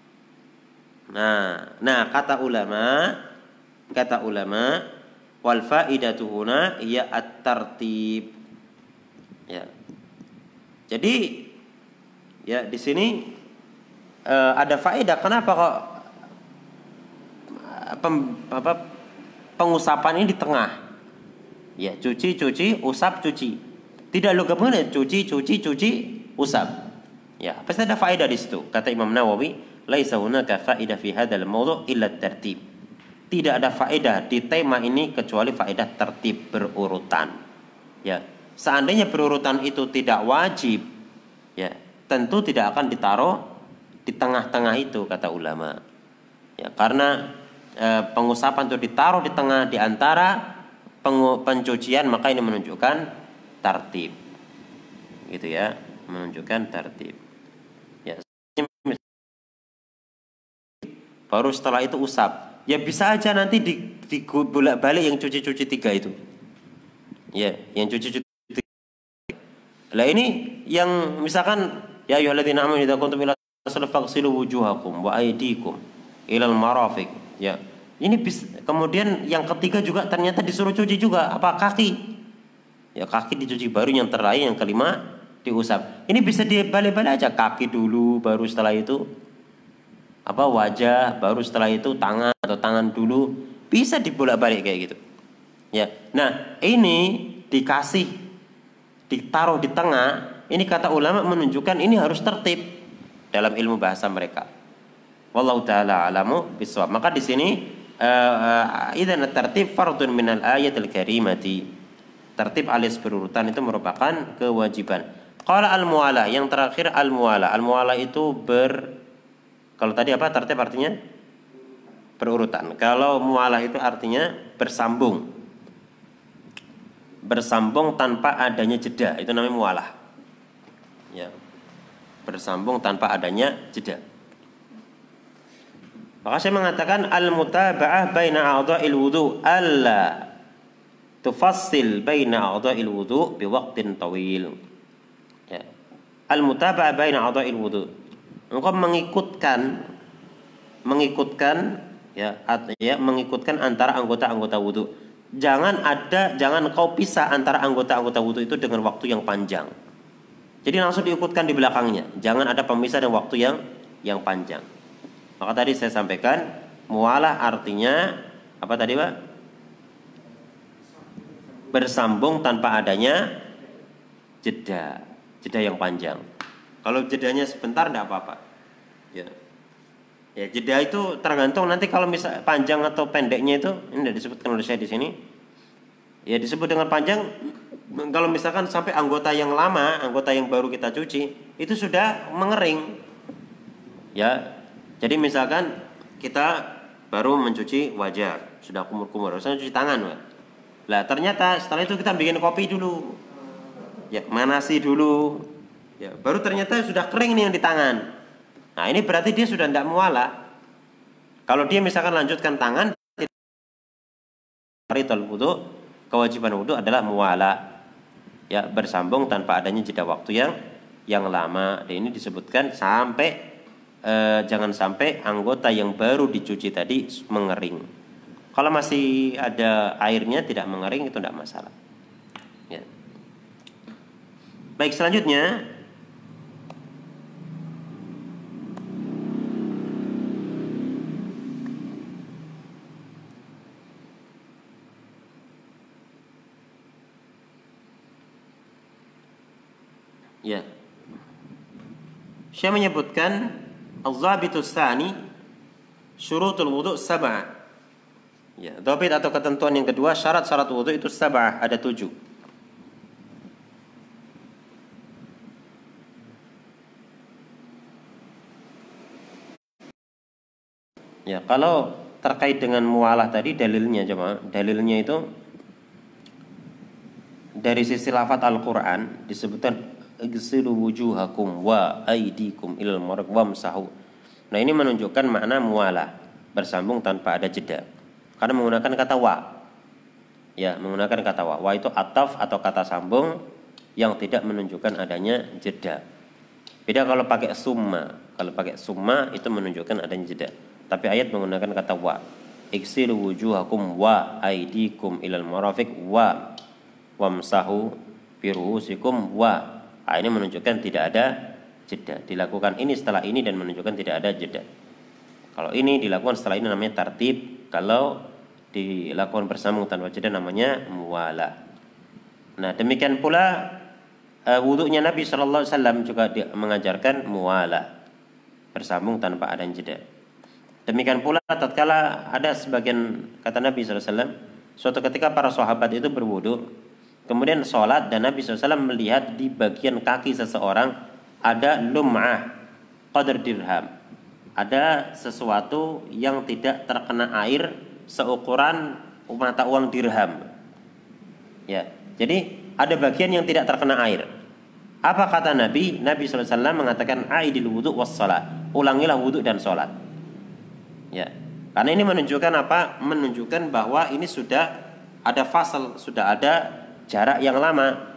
Nah, nah kata ulama, kata ulama, wal faidatu huna ya at-tartib. Ya. Jadi ya di sini uh, ada faedah. Kenapa kok pem, apa, pengusapan ini di tengah? Ya, cuci, cuci, usap, cuci. Tidak lo gabungan cuci, cuci, cuci, usap. Ya, pasti ada faedah di situ. Kata Imam Nawawi, laisa hunaka faedah fi hadzal mawdu' illa tertib. Tidak ada faedah di tema ini kecuali faedah tertib, berurutan. Ya, seandainya berurutan itu tidak wajib, ya, tentu tidak akan ditaruh di tengah-tengah itu kata ulama. Ya, karena e, pengusapan itu ditaruh di tengah di antara pencucian, maka ini menunjukkan tertib. Gitu ya, menunjukkan tertib. Ya, baru setelah itu usap. Ya bisa aja nanti di, di bolak-balik yang cuci-cuci tiga itu. Ya, yang cuci-cuci tiga. Lah ini yang misalkan ya ayyuhalladzina amanu idza kuntum ila shalah faghsilu wujuhakum wa aydikum ilal marafiq. Ya. Ini bis, kemudian yang ketiga juga ternyata disuruh cuci juga apa kaki. Ya kaki dicuci baru yang terakhir yang kelima diusap. Ini bisa dibalik-balik aja, kaki dulu baru setelah itu apa wajah, baru setelah itu tangan atau tangan dulu, bisa dibolak-balik kayak gitu. Ya. Nah, ini dikasih ditaruh di tengah, ini kata ulama menunjukkan ini harus tertib dalam ilmu bahasa mereka. Wallahu taala alamu bisawab. Maka di sini idzan tertib fardun minal ayatil karimati. Tertib alias berurutan itu merupakan kewajiban. Qala al-muwalah, yang terakhir al-muwalah. Al-muwalah itu ber kalau tadi apa tertib artinya berurutan. Kalau muwalah itu artinya bersambung. Bersambung tanpa adanya jeda, itu namanya muwalah. Ya. Bersambung tanpa adanya jeda. Maka saya mengatakan al-mutaba'ah baina a'dha'il wudu' alla tufassil baina a'dha'il wudu' biwaqtin tawil. Ya. Al-mutaba'ah baina a'dha'il wudu'. Engkau mengikutkan mengikutkan ya, ya mengikutkan antara anggota-anggota wudu. Jangan ada jangan kau pisah antara anggota-anggota wudu itu dengan waktu yang panjang. Jadi langsung diikutkan di belakangnya. Jangan ada pemisah dan waktu yang yang panjang. Maka tadi saya sampaikan muwalah artinya apa tadi Pak? Bersambung tanpa adanya jeda, jeda yang panjang. Kalau jedanya sebentar tidak apa-apa. Ya. Ya, jeda itu tergantung nanti kalau misal panjang atau pendeknya itu ini tidak disebutkan oleh saya di sini. Ya disebut dengan panjang kalau misalkan sampai anggota yang lama, anggota yang baru kita cuci itu sudah mengering. Ya. Jadi misalkan kita baru mencuci wajah, sudah kumur-kumur, harusnya cuci tangan, Pak. Lah ternyata setelah itu kita bikin kopi dulu. Ya, manasi dulu. Ya, baru ternyata sudah kering nih yang di tangan. Nah, ini berarti dia sudah tidak muwalah. Kalau dia misalkan lanjutkan tangan, ritul wudu, kewajiban wudu adalah muwalah. Ya, bersambung tanpa adanya jeda waktu yang yang lama. Dan ini disebutkan sampai Eh, jangan sampai anggota yang baru dicuci tadi mengering. Kalau masih ada airnya tidak mengering itu tidak masalah. Ya. Baik, selanjutnya ya. Saya menyebutkan al-zabitus tsani syurutul wudu' sab'ah. Ya, dhabit atau ketentuan yang kedua, syarat-syarat wudu itu sab'ah, ada tujuh. Ya, kalau terkait dengan muwalah tadi dalilnya jemaah, dalilnya itu dari sisi lafaz Al-Qur'an disebutkan igsilu wujuhakum wa aydikum ilal marafiq wamsahu. Nah, ini menunjukkan makna muwalah, bersambung tanpa ada jeda. Karena menggunakan kata wa. Ya, menggunakan kata wa. Wa itu ataf atau kata sambung yang tidak menunjukkan adanya jeda. Beda kalau pakai summa. Kalau pakai summa itu menunjukkan adanya jeda. Tapi ayat menggunakan kata wa. Igsilu wujuhakum wa aydikum ilal marafiq wa wamsahu biruhusikum wa. Nah, ini menunjukkan tidak ada jeda. Dilakukan ini setelah ini dan menunjukkan tidak ada jeda. Kalau ini dilakukan setelah ini namanya tartib. Kalau dilakukan bersambung tanpa jeda namanya muwalah. Nah, demikian pula uh, wudunya Nabi shallallahu alaihi wasallam juga mengajarkan muwalah, bersambung tanpa adanya jeda. Demikian pula tatkala ada sebagian kata Nabi shallallahu alaihi wasallam, suatu ketika para sahabat itu berwudu, kemudian sholat dan Nabi shallallahu alaihi wasallam melihat di bagian kaki seseorang ada lum'ah qadar dirham. Ada sesuatu yang tidak terkena air seukuran mata uang dirham. Ya, jadi ada bagian yang tidak terkena air. Apa kata Nabi? Nabi shallallahu alaihi wasallam mengatakan aidil wudu was shalah. Ulangilah wudu dan sholat. Ya, karena ini menunjukkan apa? Menunjukkan bahwa ini sudah ada fasal, sudah ada jarak yang lama.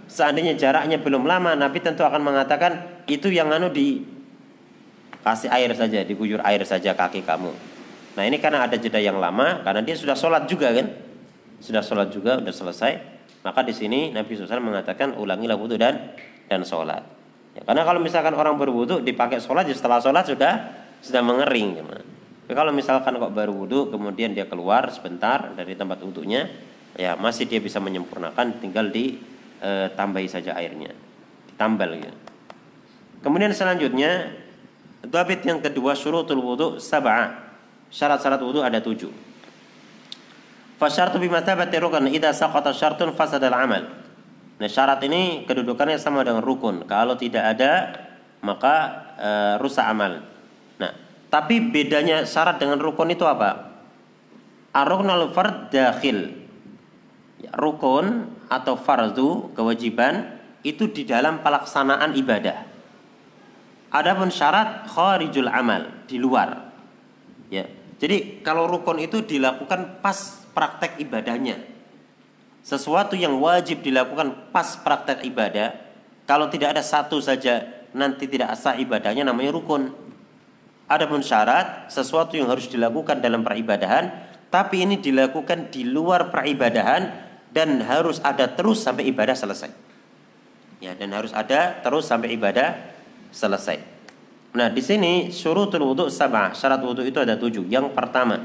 seandainya jaraknya belum lama, Nabi tentu akan mengatakan itu yang anu di kasih air saja, diguyur air saja kaki kamu. Nah ini karena ada jeda yang lama, karena dia sudah sholat juga kan, sudah sholat juga, sudah selesai. Maka di sini Nabi shallallahu alaihi wasallam mengatakan ulangilah wudu dan dan sholat. Ya, karena kalau misalkan orang berwudu dipakai sholat, ya setelah sholat sudah sudah mengering. Gitu. Tapi kalau misalkan kok baru wudu, kemudian dia keluar sebentar dari tempat wudunya, ya masih dia bisa menyempurnakan, tinggal ditambahi saja airnya, ditambal gitu. Kemudian selanjutnya, dhabit yang kedua, syurutul wudu sab'a. Syarat-syarat wudu ada tujuh. Fasyartu bimathabati rukun idza saqata syartun fasadal amal. Nah, syarat ini kedudukannya sama dengan rukun. Kalau tidak ada, maka e, rusak amal. Nah, tapi bedanya syarat dengan rukun itu apa? Ar-ruknul fard dakhil. Ya, rukun atau fardu, kewajiban itu di dalam pelaksanaan ibadah. Adapun syarat kharijul amal, di luar. Ya. Jadi kalau rukun itu dilakukan pas praktek ibadahnya. Sesuatu yang wajib dilakukan pas praktek ibadah, kalau tidak ada satu saja nanti tidak sah ibadahnya, namanya rukun. Adapun syarat, sesuatu yang harus dilakukan dalam peribadahan, tapi ini dilakukan di luar peribadahan dan harus ada terus sampai ibadah selesai. Ya, dan harus ada terus sampai ibadah selesai. Nah, di sini syurutul wudu sab'ah, syarat wudu itu ada tujuh. Yang pertama,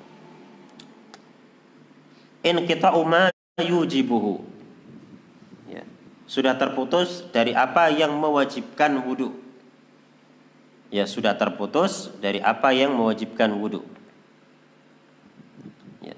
inqita'u ma yujibuhu. Ya, sudah terputus dari apa yang mewajibkan wudu. Ya, sudah terputus dari apa yang mewajibkan wudu. Ya.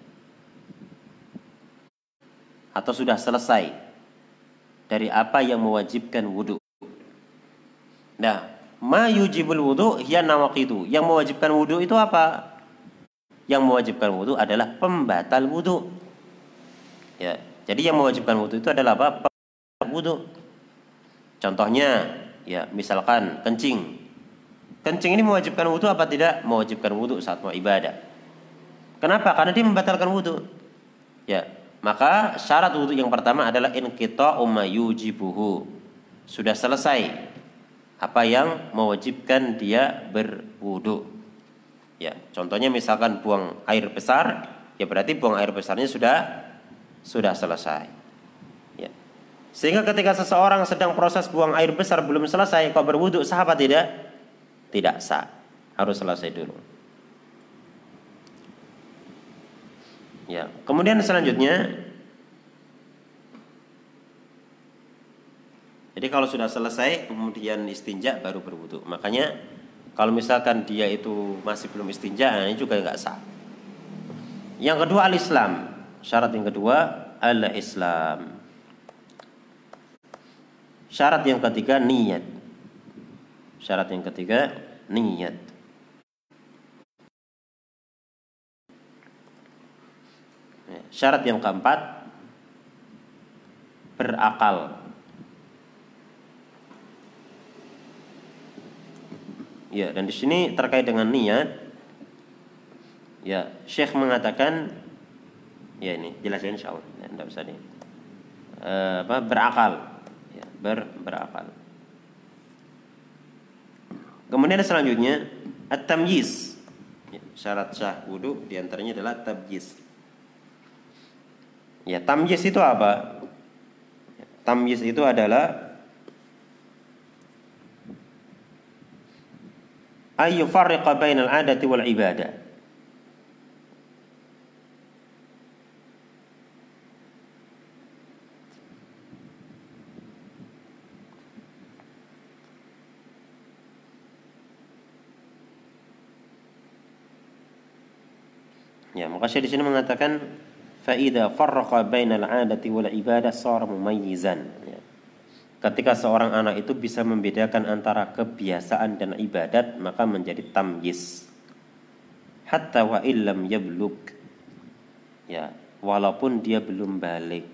Atau sudah selesai dari apa yang mewajibkan wudu. Nah, ma yujibul wudu hiya nawaqidu. Yang mewajibkan wudu itu apa? Yang mewajibkan wudu adalah pembatal wudu. Ya, jadi yang mewajibkan wudu itu adalah apa? Pembatal wudu. Contohnya, ya misalkan kencing. Kencing ini mewajibkan wudu apa tidak? Mewajibkan wudu saat mau ibadah. Kenapa? Karena dia membatalkan wudu. Ya, maka syarat wudu yang pertama adalah inqita'u ma yujibuhu. Sudah selesai apa yang mewajibkan dia berwudu. Ya, contohnya misalkan buang air besar, ya berarti buang air besarnya sudah sudah selesai. Ya. Sehingga ketika seseorang sedang proses buang air besar belum selesai, kok berwudu, sah apa tidak? Tidak sah. Harus selesai dulu. Ya, kemudian selanjutnya, jadi kalau sudah selesai kemudian istinja baru berwudu. Makanya kalau misalkan dia itu masih belum istinja, ini juga enggak sah. Yang kedua al-Islam. Syarat yang kedua al-Islam. Syarat yang ketiga niat. Syarat yang ketiga niat. Syarat yang keempat berakal. Ya, dan di sini terkait dengan niat, ya Syekh mengatakan, ya ini jelaskan insyaallah, ya, tidak usah nih, e, apa berakal, ya, ber berakal. Kemudian selanjutnya at-tamyiz. Ya, syarat sah wudu diantaranya adalah tamyiz. Ya, tamyiz itu apa? Tamyiz itu adalah ay yufarriqa bainal 'adati wal ibadah. Ya, maka Syekh di sini mengatakan fa idza farraqa bainal 'adati wal ibadah shara mumayyizan. Ya. Ketika seorang anak itu bisa membedakan antara kebiasaan dan ibadat, maka menjadi tamyiz. Hatta wa illam yablug. Ya, walaupun dia belum balik.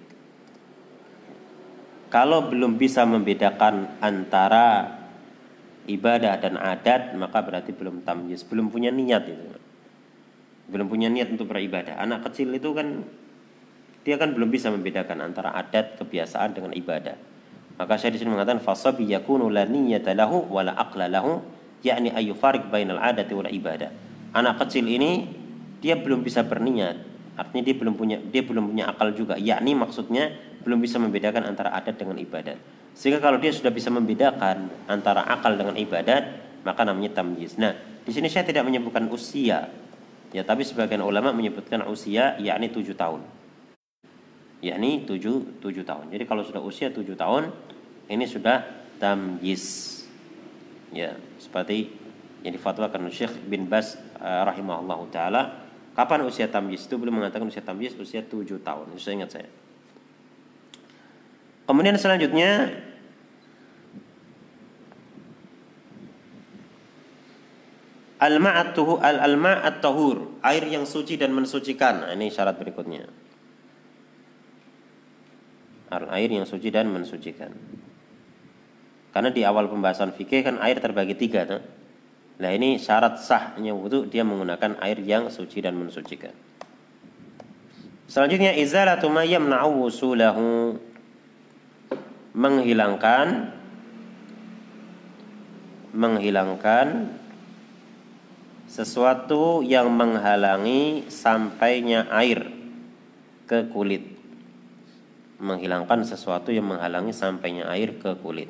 Kalau belum bisa membedakan antara ibadah dan adat, maka berarti belum tamyiz, belum punya niat itu. Belum punya niat untuk beribadah. Anak kecil itu kan dia kan belum bisa membedakan antara adat, kebiasaan dengan ibadah. Maka saya di sini mengatakan fasabi yakunu la niyyata lahu wa la aqla lahu, yakni ay yufariq bainal adati wal ibadah. Anak kecil ini dia belum bisa berniat, artinya dia belum punya dia belum punya akal juga, yakni maksudnya belum bisa membedakan antara adat dengan ibadat. Sehingga kalau dia sudah bisa membedakan antara akal dengan ibadat, maka namanya tamyiz. Nah, di sini saya tidak menyebutkan usia, ya, tapi sebagian ulama menyebutkan usia, yakni tujuh tahun. Yakni tujuh tujuh tahun. Jadi kalau sudah usia tujuh tahun, ini sudah tamyiz. Ya, seperti yang difatwakan Syekh bin Baz uh, rahimahullahu taala. Kapan usia tamyiz itu? Beliau mengatakan usia tamyiz usia tujuh tahun. Itu saya ingat saya. Kemudian selanjutnya al-ma'atuhu al-ma'at tahur, air yang suci dan mensucikan. Nah, ini syarat berikutnya. Air yang suci dan mensucikan. Karena di awal pembahasan fikih kan air terbagi tiga, tuh. Nah, ini syarat sahnya wudu dia menggunakan air yang suci dan mensucikan. Selanjutnya izalatu ma yamna'u wusulahu, menghilangkan menghilangkan sesuatu yang menghalangi sampainya air ke kulit. Menghilangkan sesuatu yang menghalangi sampainya air ke kulit.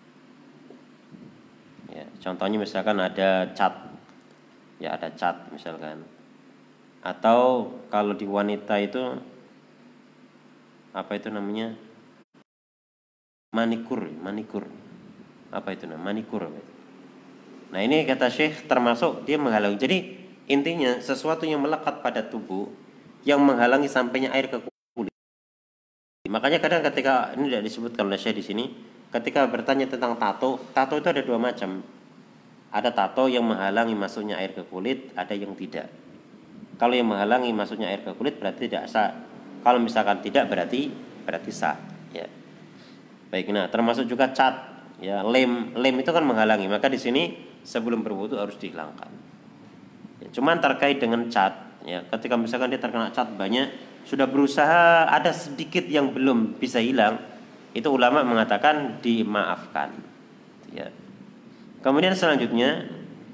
Ya, contohnya misalkan ada cat, ya ada cat misalkan. Atau kalau di wanita itu apa itu namanya? Manikur, manikur. Apa itu namanya? Manikur. Nah, ini kata Syekh termasuk dia menghalangi. Jadi intinya sesuatu yang melekat pada tubuh yang menghalangi sampainya air ke kulit. Makanya kadang ketika ini tidak disebutkan oleh Syekh di sini, ketika bertanya tentang tato, tato itu ada dua macam. Ada tato yang menghalangi masuknya air ke kulit, ada yang tidak. Kalau yang menghalangi masuknya air ke kulit berarti tidak sah. Kalau misalkan tidak berarti berarti sah. Ya. Baik, nah termasuk juga cat, ya lem, lem itu kan menghalangi. Maka di sini sebelum berwudu harus dihilangkan. Ya, cuman terkait dengan cat, ya ketika misalkan dia terkena cat banyak, sudah berusaha ada sedikit yang belum bisa hilang, itu ulama mengatakan dimaafkan. Ya. Kemudian selanjutnya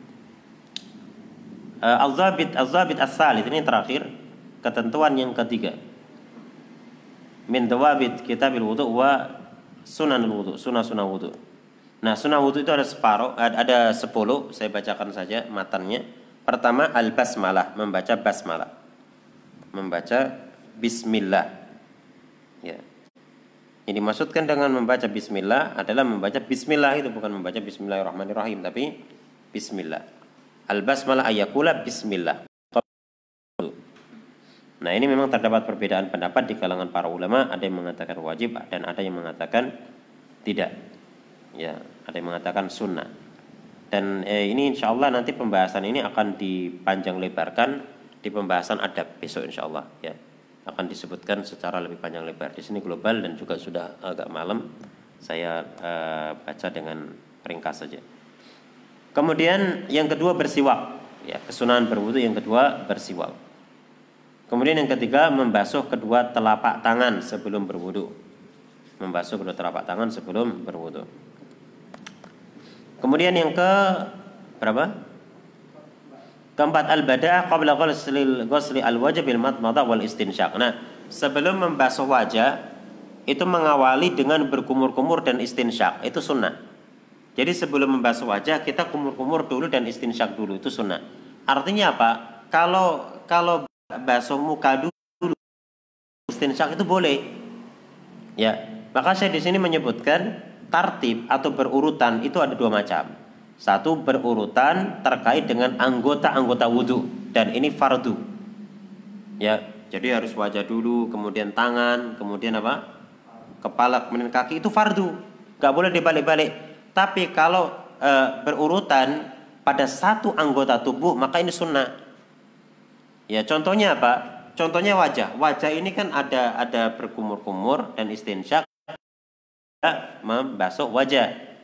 uh, al-zabit al-zabit as-salis, ini terakhir, ketentuan yang ketiga. Min dawabit kitabil wudu wa sunanul wudu, sunah-sunah wudu. Nah, sunah wudu itu ada separuh, ada sepuluh, saya bacakan saja matannya. Pertama al-basmalah, membaca basmalah. Membaca bismillah. Ya. Yang dimaksudkan dengan membaca bismillah adalah membaca bismillah, itu bukan membaca bismillahirrahmanirrahim, tapi bismillah. Al-basmalah ayakula bismillah. Nah, ini memang terdapat perbedaan pendapat di kalangan para ulama, ada yang mengatakan wajib dan ada yang mengatakan tidak. Ya, ada yang mengatakan sunnah. Dan eh, ini insyaallah nanti pembahasan ini akan dipanjang lebarkan di pembahasan adab besok insyaallah, ya. Akan disebutkan secara lebih panjang lebar. Di sini global dan juga sudah agak malam. Saya uh, baca dengan ringkas saja. Kemudian yang kedua bersiwak. Ya, kesunahan berwudu yang kedua bersiwak. Kemudian yang ketiga membasuh kedua telapak tangan sebelum berwudu. Membasuh kedua telapak tangan sebelum berwudu. Kemudian yang ke berapa? Keempat al-bada'ah qabla ghusli ghusli al-wajh bil madmadah wal istinsyaq. Nah, sebelum membasuh wajah itu mengawali dengan berkumur-kumur dan istinsyaq. Itu sunnah. Jadi sebelum membasuh wajah kita kumur-kumur dulu dan istinsyaq dulu, itu sunnah. Artinya apa? Kalau kalau basuh muka dulu istinsyaq itu boleh. Ya, maka saya di sini menyebutkan tartib atau berurutan itu ada dua macam. Satu berurutan terkait dengan anggota-anggota wudu dan ini fardu. Ya, jadi harus wajah dulu, kemudian tangan, kemudian apa? Kepala, kemudian kaki, itu fardu. Gak boleh dibalik-balik. Tapi kalau e, berurutan pada satu anggota tubuh maka ini sunnah. Ya, contohnya apa? Contohnya wajah. Wajah ini kan ada ada berkumur-kumur dan istinsyaq, membasuh wajah.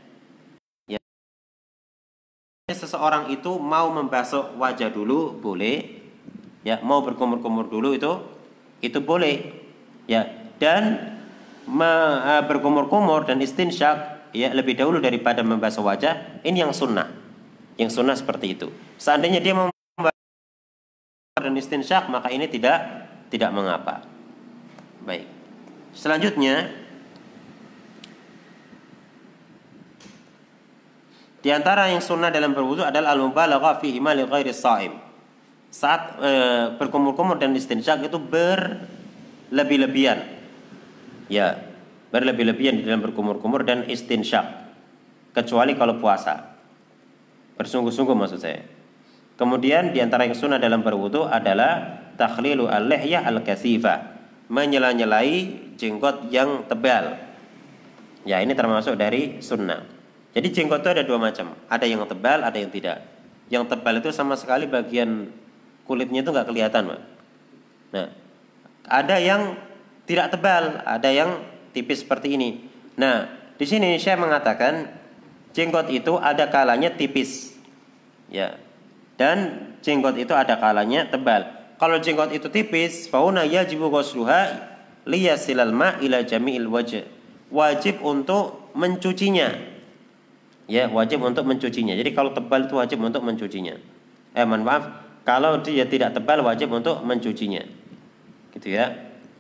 Seseorang itu mau membasuh wajah dulu boleh, ya, mau berkumur-kumur dulu itu itu boleh, ya, dan berkumur-kumur dan istinsyak ya lebih dahulu daripada membasuh wajah, ini yang sunnah. Yang sunnah seperti itu. Seandainya dia mau dan istinsyak, maka ini tidak tidak mengapa. Baik. Selanjutnya, di antara yang sunnah dalam berwudu adalah al-mubalaghah fi himali ghairi shaim. Saat e, berkumur-kumur dan istinsyak itu berlebih-lebihan. Ya, berlebih-lebihan di dalam berkumur-kumur dan istinsyak. Kecuali kalau puasa. Bersungguh-sungguh maksud saya. Kemudian di antara yang sunnah dalam berwudu adalah takhlilu al-lihyah al-kasifah, menyela-nyelai jenggot yang tebal. Ya, ini termasuk dari sunnah. Jadi jenggot itu ada dua macam, ada yang tebal, ada yang tidak. Yang tebal itu sama sekali bagian kulitnya itu nggak kelihatan, Pak. Nah, ada yang tidak tebal, ada yang tipis seperti ini. Nah, di sini saya mengatakan jenggot itu ada kalanya tipis, ya, dan jenggot itu ada kalanya tebal. Kalau jenggot itu tipis, fauna yajibu ghusluha liyasilal ma ila jami'il wajh. Wajib untuk mencucinya. Ya, wajib untuk mencucinya. Jadi kalau tebal itu wajib untuk mencucinya. Eh, mohon maaf, kalau dia tidak tebal wajib untuk mencucinya. Gitu ya.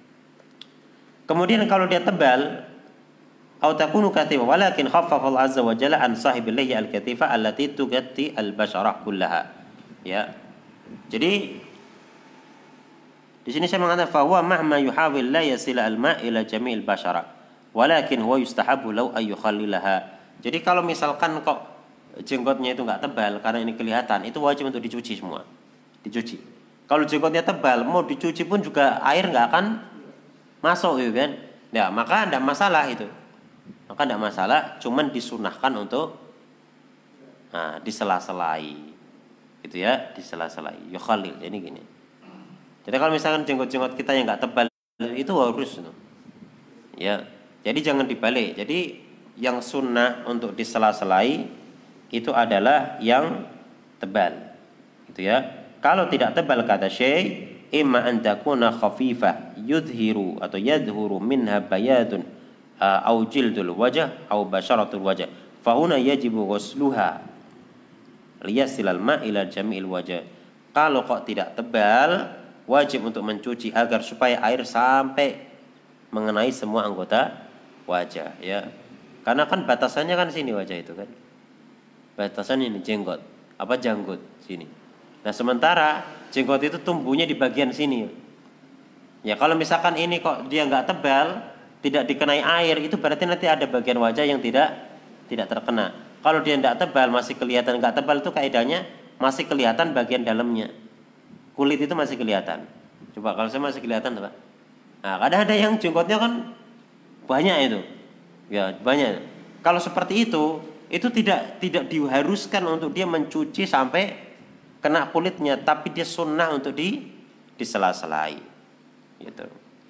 Kemudian kalau dia tebal, au takunu katifa walakin khaffafa Allah azza wa jalla an sahibil lihya al-katifa allati tugatti al-basharah kullaha. Ya. Jadi di sini saya mengatakan bahwa mahma yuhawil la yasila al-ma' ila jami'il bashara walakin huwa yustahabu law ay yukhallilaha. Jadi kalau misalkan kok jenggotnya itu nggak tebal karena ini kelihatan, itu wajib untuk dicuci semua, dicuci. Kalau jenggotnya tebal, mau dicuci pun juga air nggak akan masuk, gitu kan? Ya, maka tidak masalah itu, maka tidak masalah, cuman disunahkan untuk nah, disela-selai, gitu ya, disela-selai. Yukhalil, jadi gini. Jadi kalau misalkan jenggot-jenggot kita yang nggak tebal itu harus, ya. Jadi jangan dibalik. Jadi yang sunnah untuk disela-selai itu adalah yang tebal, gitu ya. Kalau tidak tebal kata Syekh, imma an takuna khafifah yudhiru atau yadhuru minha bayadun au jildul wajah au basyaratul wajah. Fa huna yajibu ghusluha liyasilal ma' ila jami'il wajah. Kalau kok tidak tebal, wajib untuk mencuci agar supaya air sampai mengenai semua anggota wajah, ya. Karena kan batasannya kan sini wajah itu kan. Batasan ini jenggot, apa janggut sini. Nah, sementara jenggot itu tumbuhnya di bagian sini. Ya, kalau misalkan ini kok dia nggak tebal, tidak dikenai air, itu berarti nanti ada bagian wajah yang tidak tidak terkena. Kalau dia nggak tebal, masih kelihatan nggak tebal, itu kaidahnya masih kelihatan bagian dalamnya. Kulit itu masih kelihatan. Coba kalau saya masih kelihatan, Pak. Nah, kadang ada yang jenggotnya kan banyak itu. Ya, banyak. Kalau seperti itu, itu tidak tidak diharuskan untuk dia mencuci sampai kena kulitnya, tapi dia sunnah untuk di disela-selai. Gitu.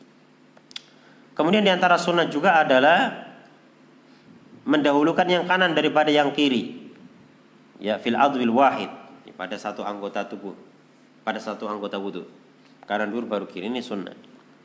Kemudian diantara sunnah juga adalah mendahulukan yang kanan daripada yang kiri. Ya, fil adwil wahid, pada satu anggota tubuh, pada satu anggota wudu. Kanan dulu baru kiri, ini sunnah.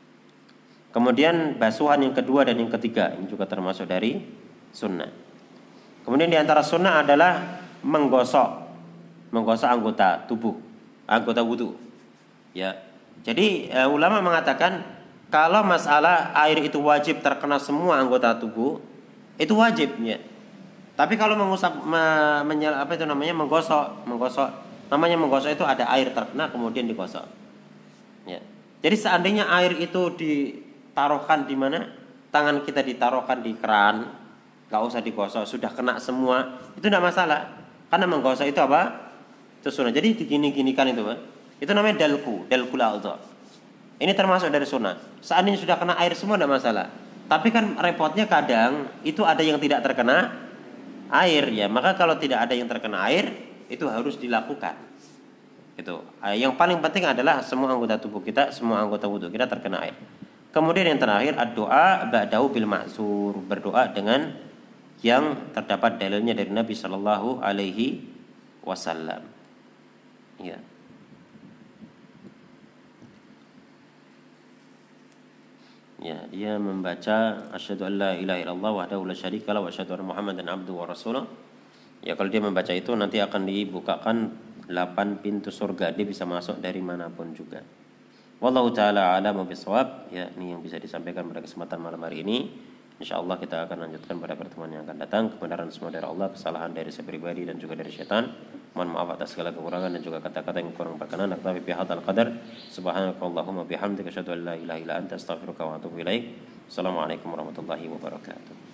Kemudian basuhan yang kedua dan yang ketiga, ini juga termasuk dari sunnah. Kemudian diantara sunnah adalah menggosok, menggosok anggota tubuh, anggota wudu. Ya, jadi e, ulama mengatakan kalau masalah air itu wajib terkena semua anggota tubuh, itu wajib, ya. Tapi kalau mengusap, me, menyel, apa itu namanya, menggosok, menggosok, namanya menggosok itu ada air terkena kemudian digosok. Ya. Jadi seandainya air itu ditaruhkan di mana, tangan kita ditaruhkan di keran, nggak usah digosok, sudah kena semua, itu tidak masalah. Karena menggosok itu apa? Itu sunnah. Jadi digini-ginikan itu, Pak. Itu namanya dalku, dalkul a'dha. Ini termasuk dari sunnah. Seandainya sudah kena air semua tidak masalah. Tapi kan repotnya kadang itu ada yang tidak terkena air, ya. Maka kalau tidak ada yang terkena air, itu harus dilakukan. Itu. Yang paling penting adalah semua anggota tubuh kita, semua anggota wudu kita terkena air. Kemudian yang terakhir, ad-doa ba'dahu bil ma'zur, berdoa dengan yang terdapat dalilnya dari Nabi Shallallahu Alaihi Wasallam. Ya. ya, dia membaca asyhadu an la ilaha illallah wahdahu la syarikalah wa asyhadu anna muhammadan abduhu wa rasuluh. Ya kalau dia membaca itu nanti akan dibukakan delapan pintu surga, dia bisa masuk dari manapun juga. Wallahu taala a'lamu bissawab. Ya, ini yang bisa disampaikan pada kesempatan malam hari ini. Insyaallah kita akan lanjutkan pada pertemuan yang akan datang. Kebenaran semua dari Allah, kesalahan dari saya pribadi dan juga dari syaitan. Mohon maaf atas segala kekurangan dan juga kata-kata yang kurang berkenan. Naktafi bi hadzal qadar. Subhanakallahumma bihamdika asyhadu an la ilaha illa anta astaghfiruka wa atubu ilaik. Assalamualaikum warahmatullahi wabarakatuh.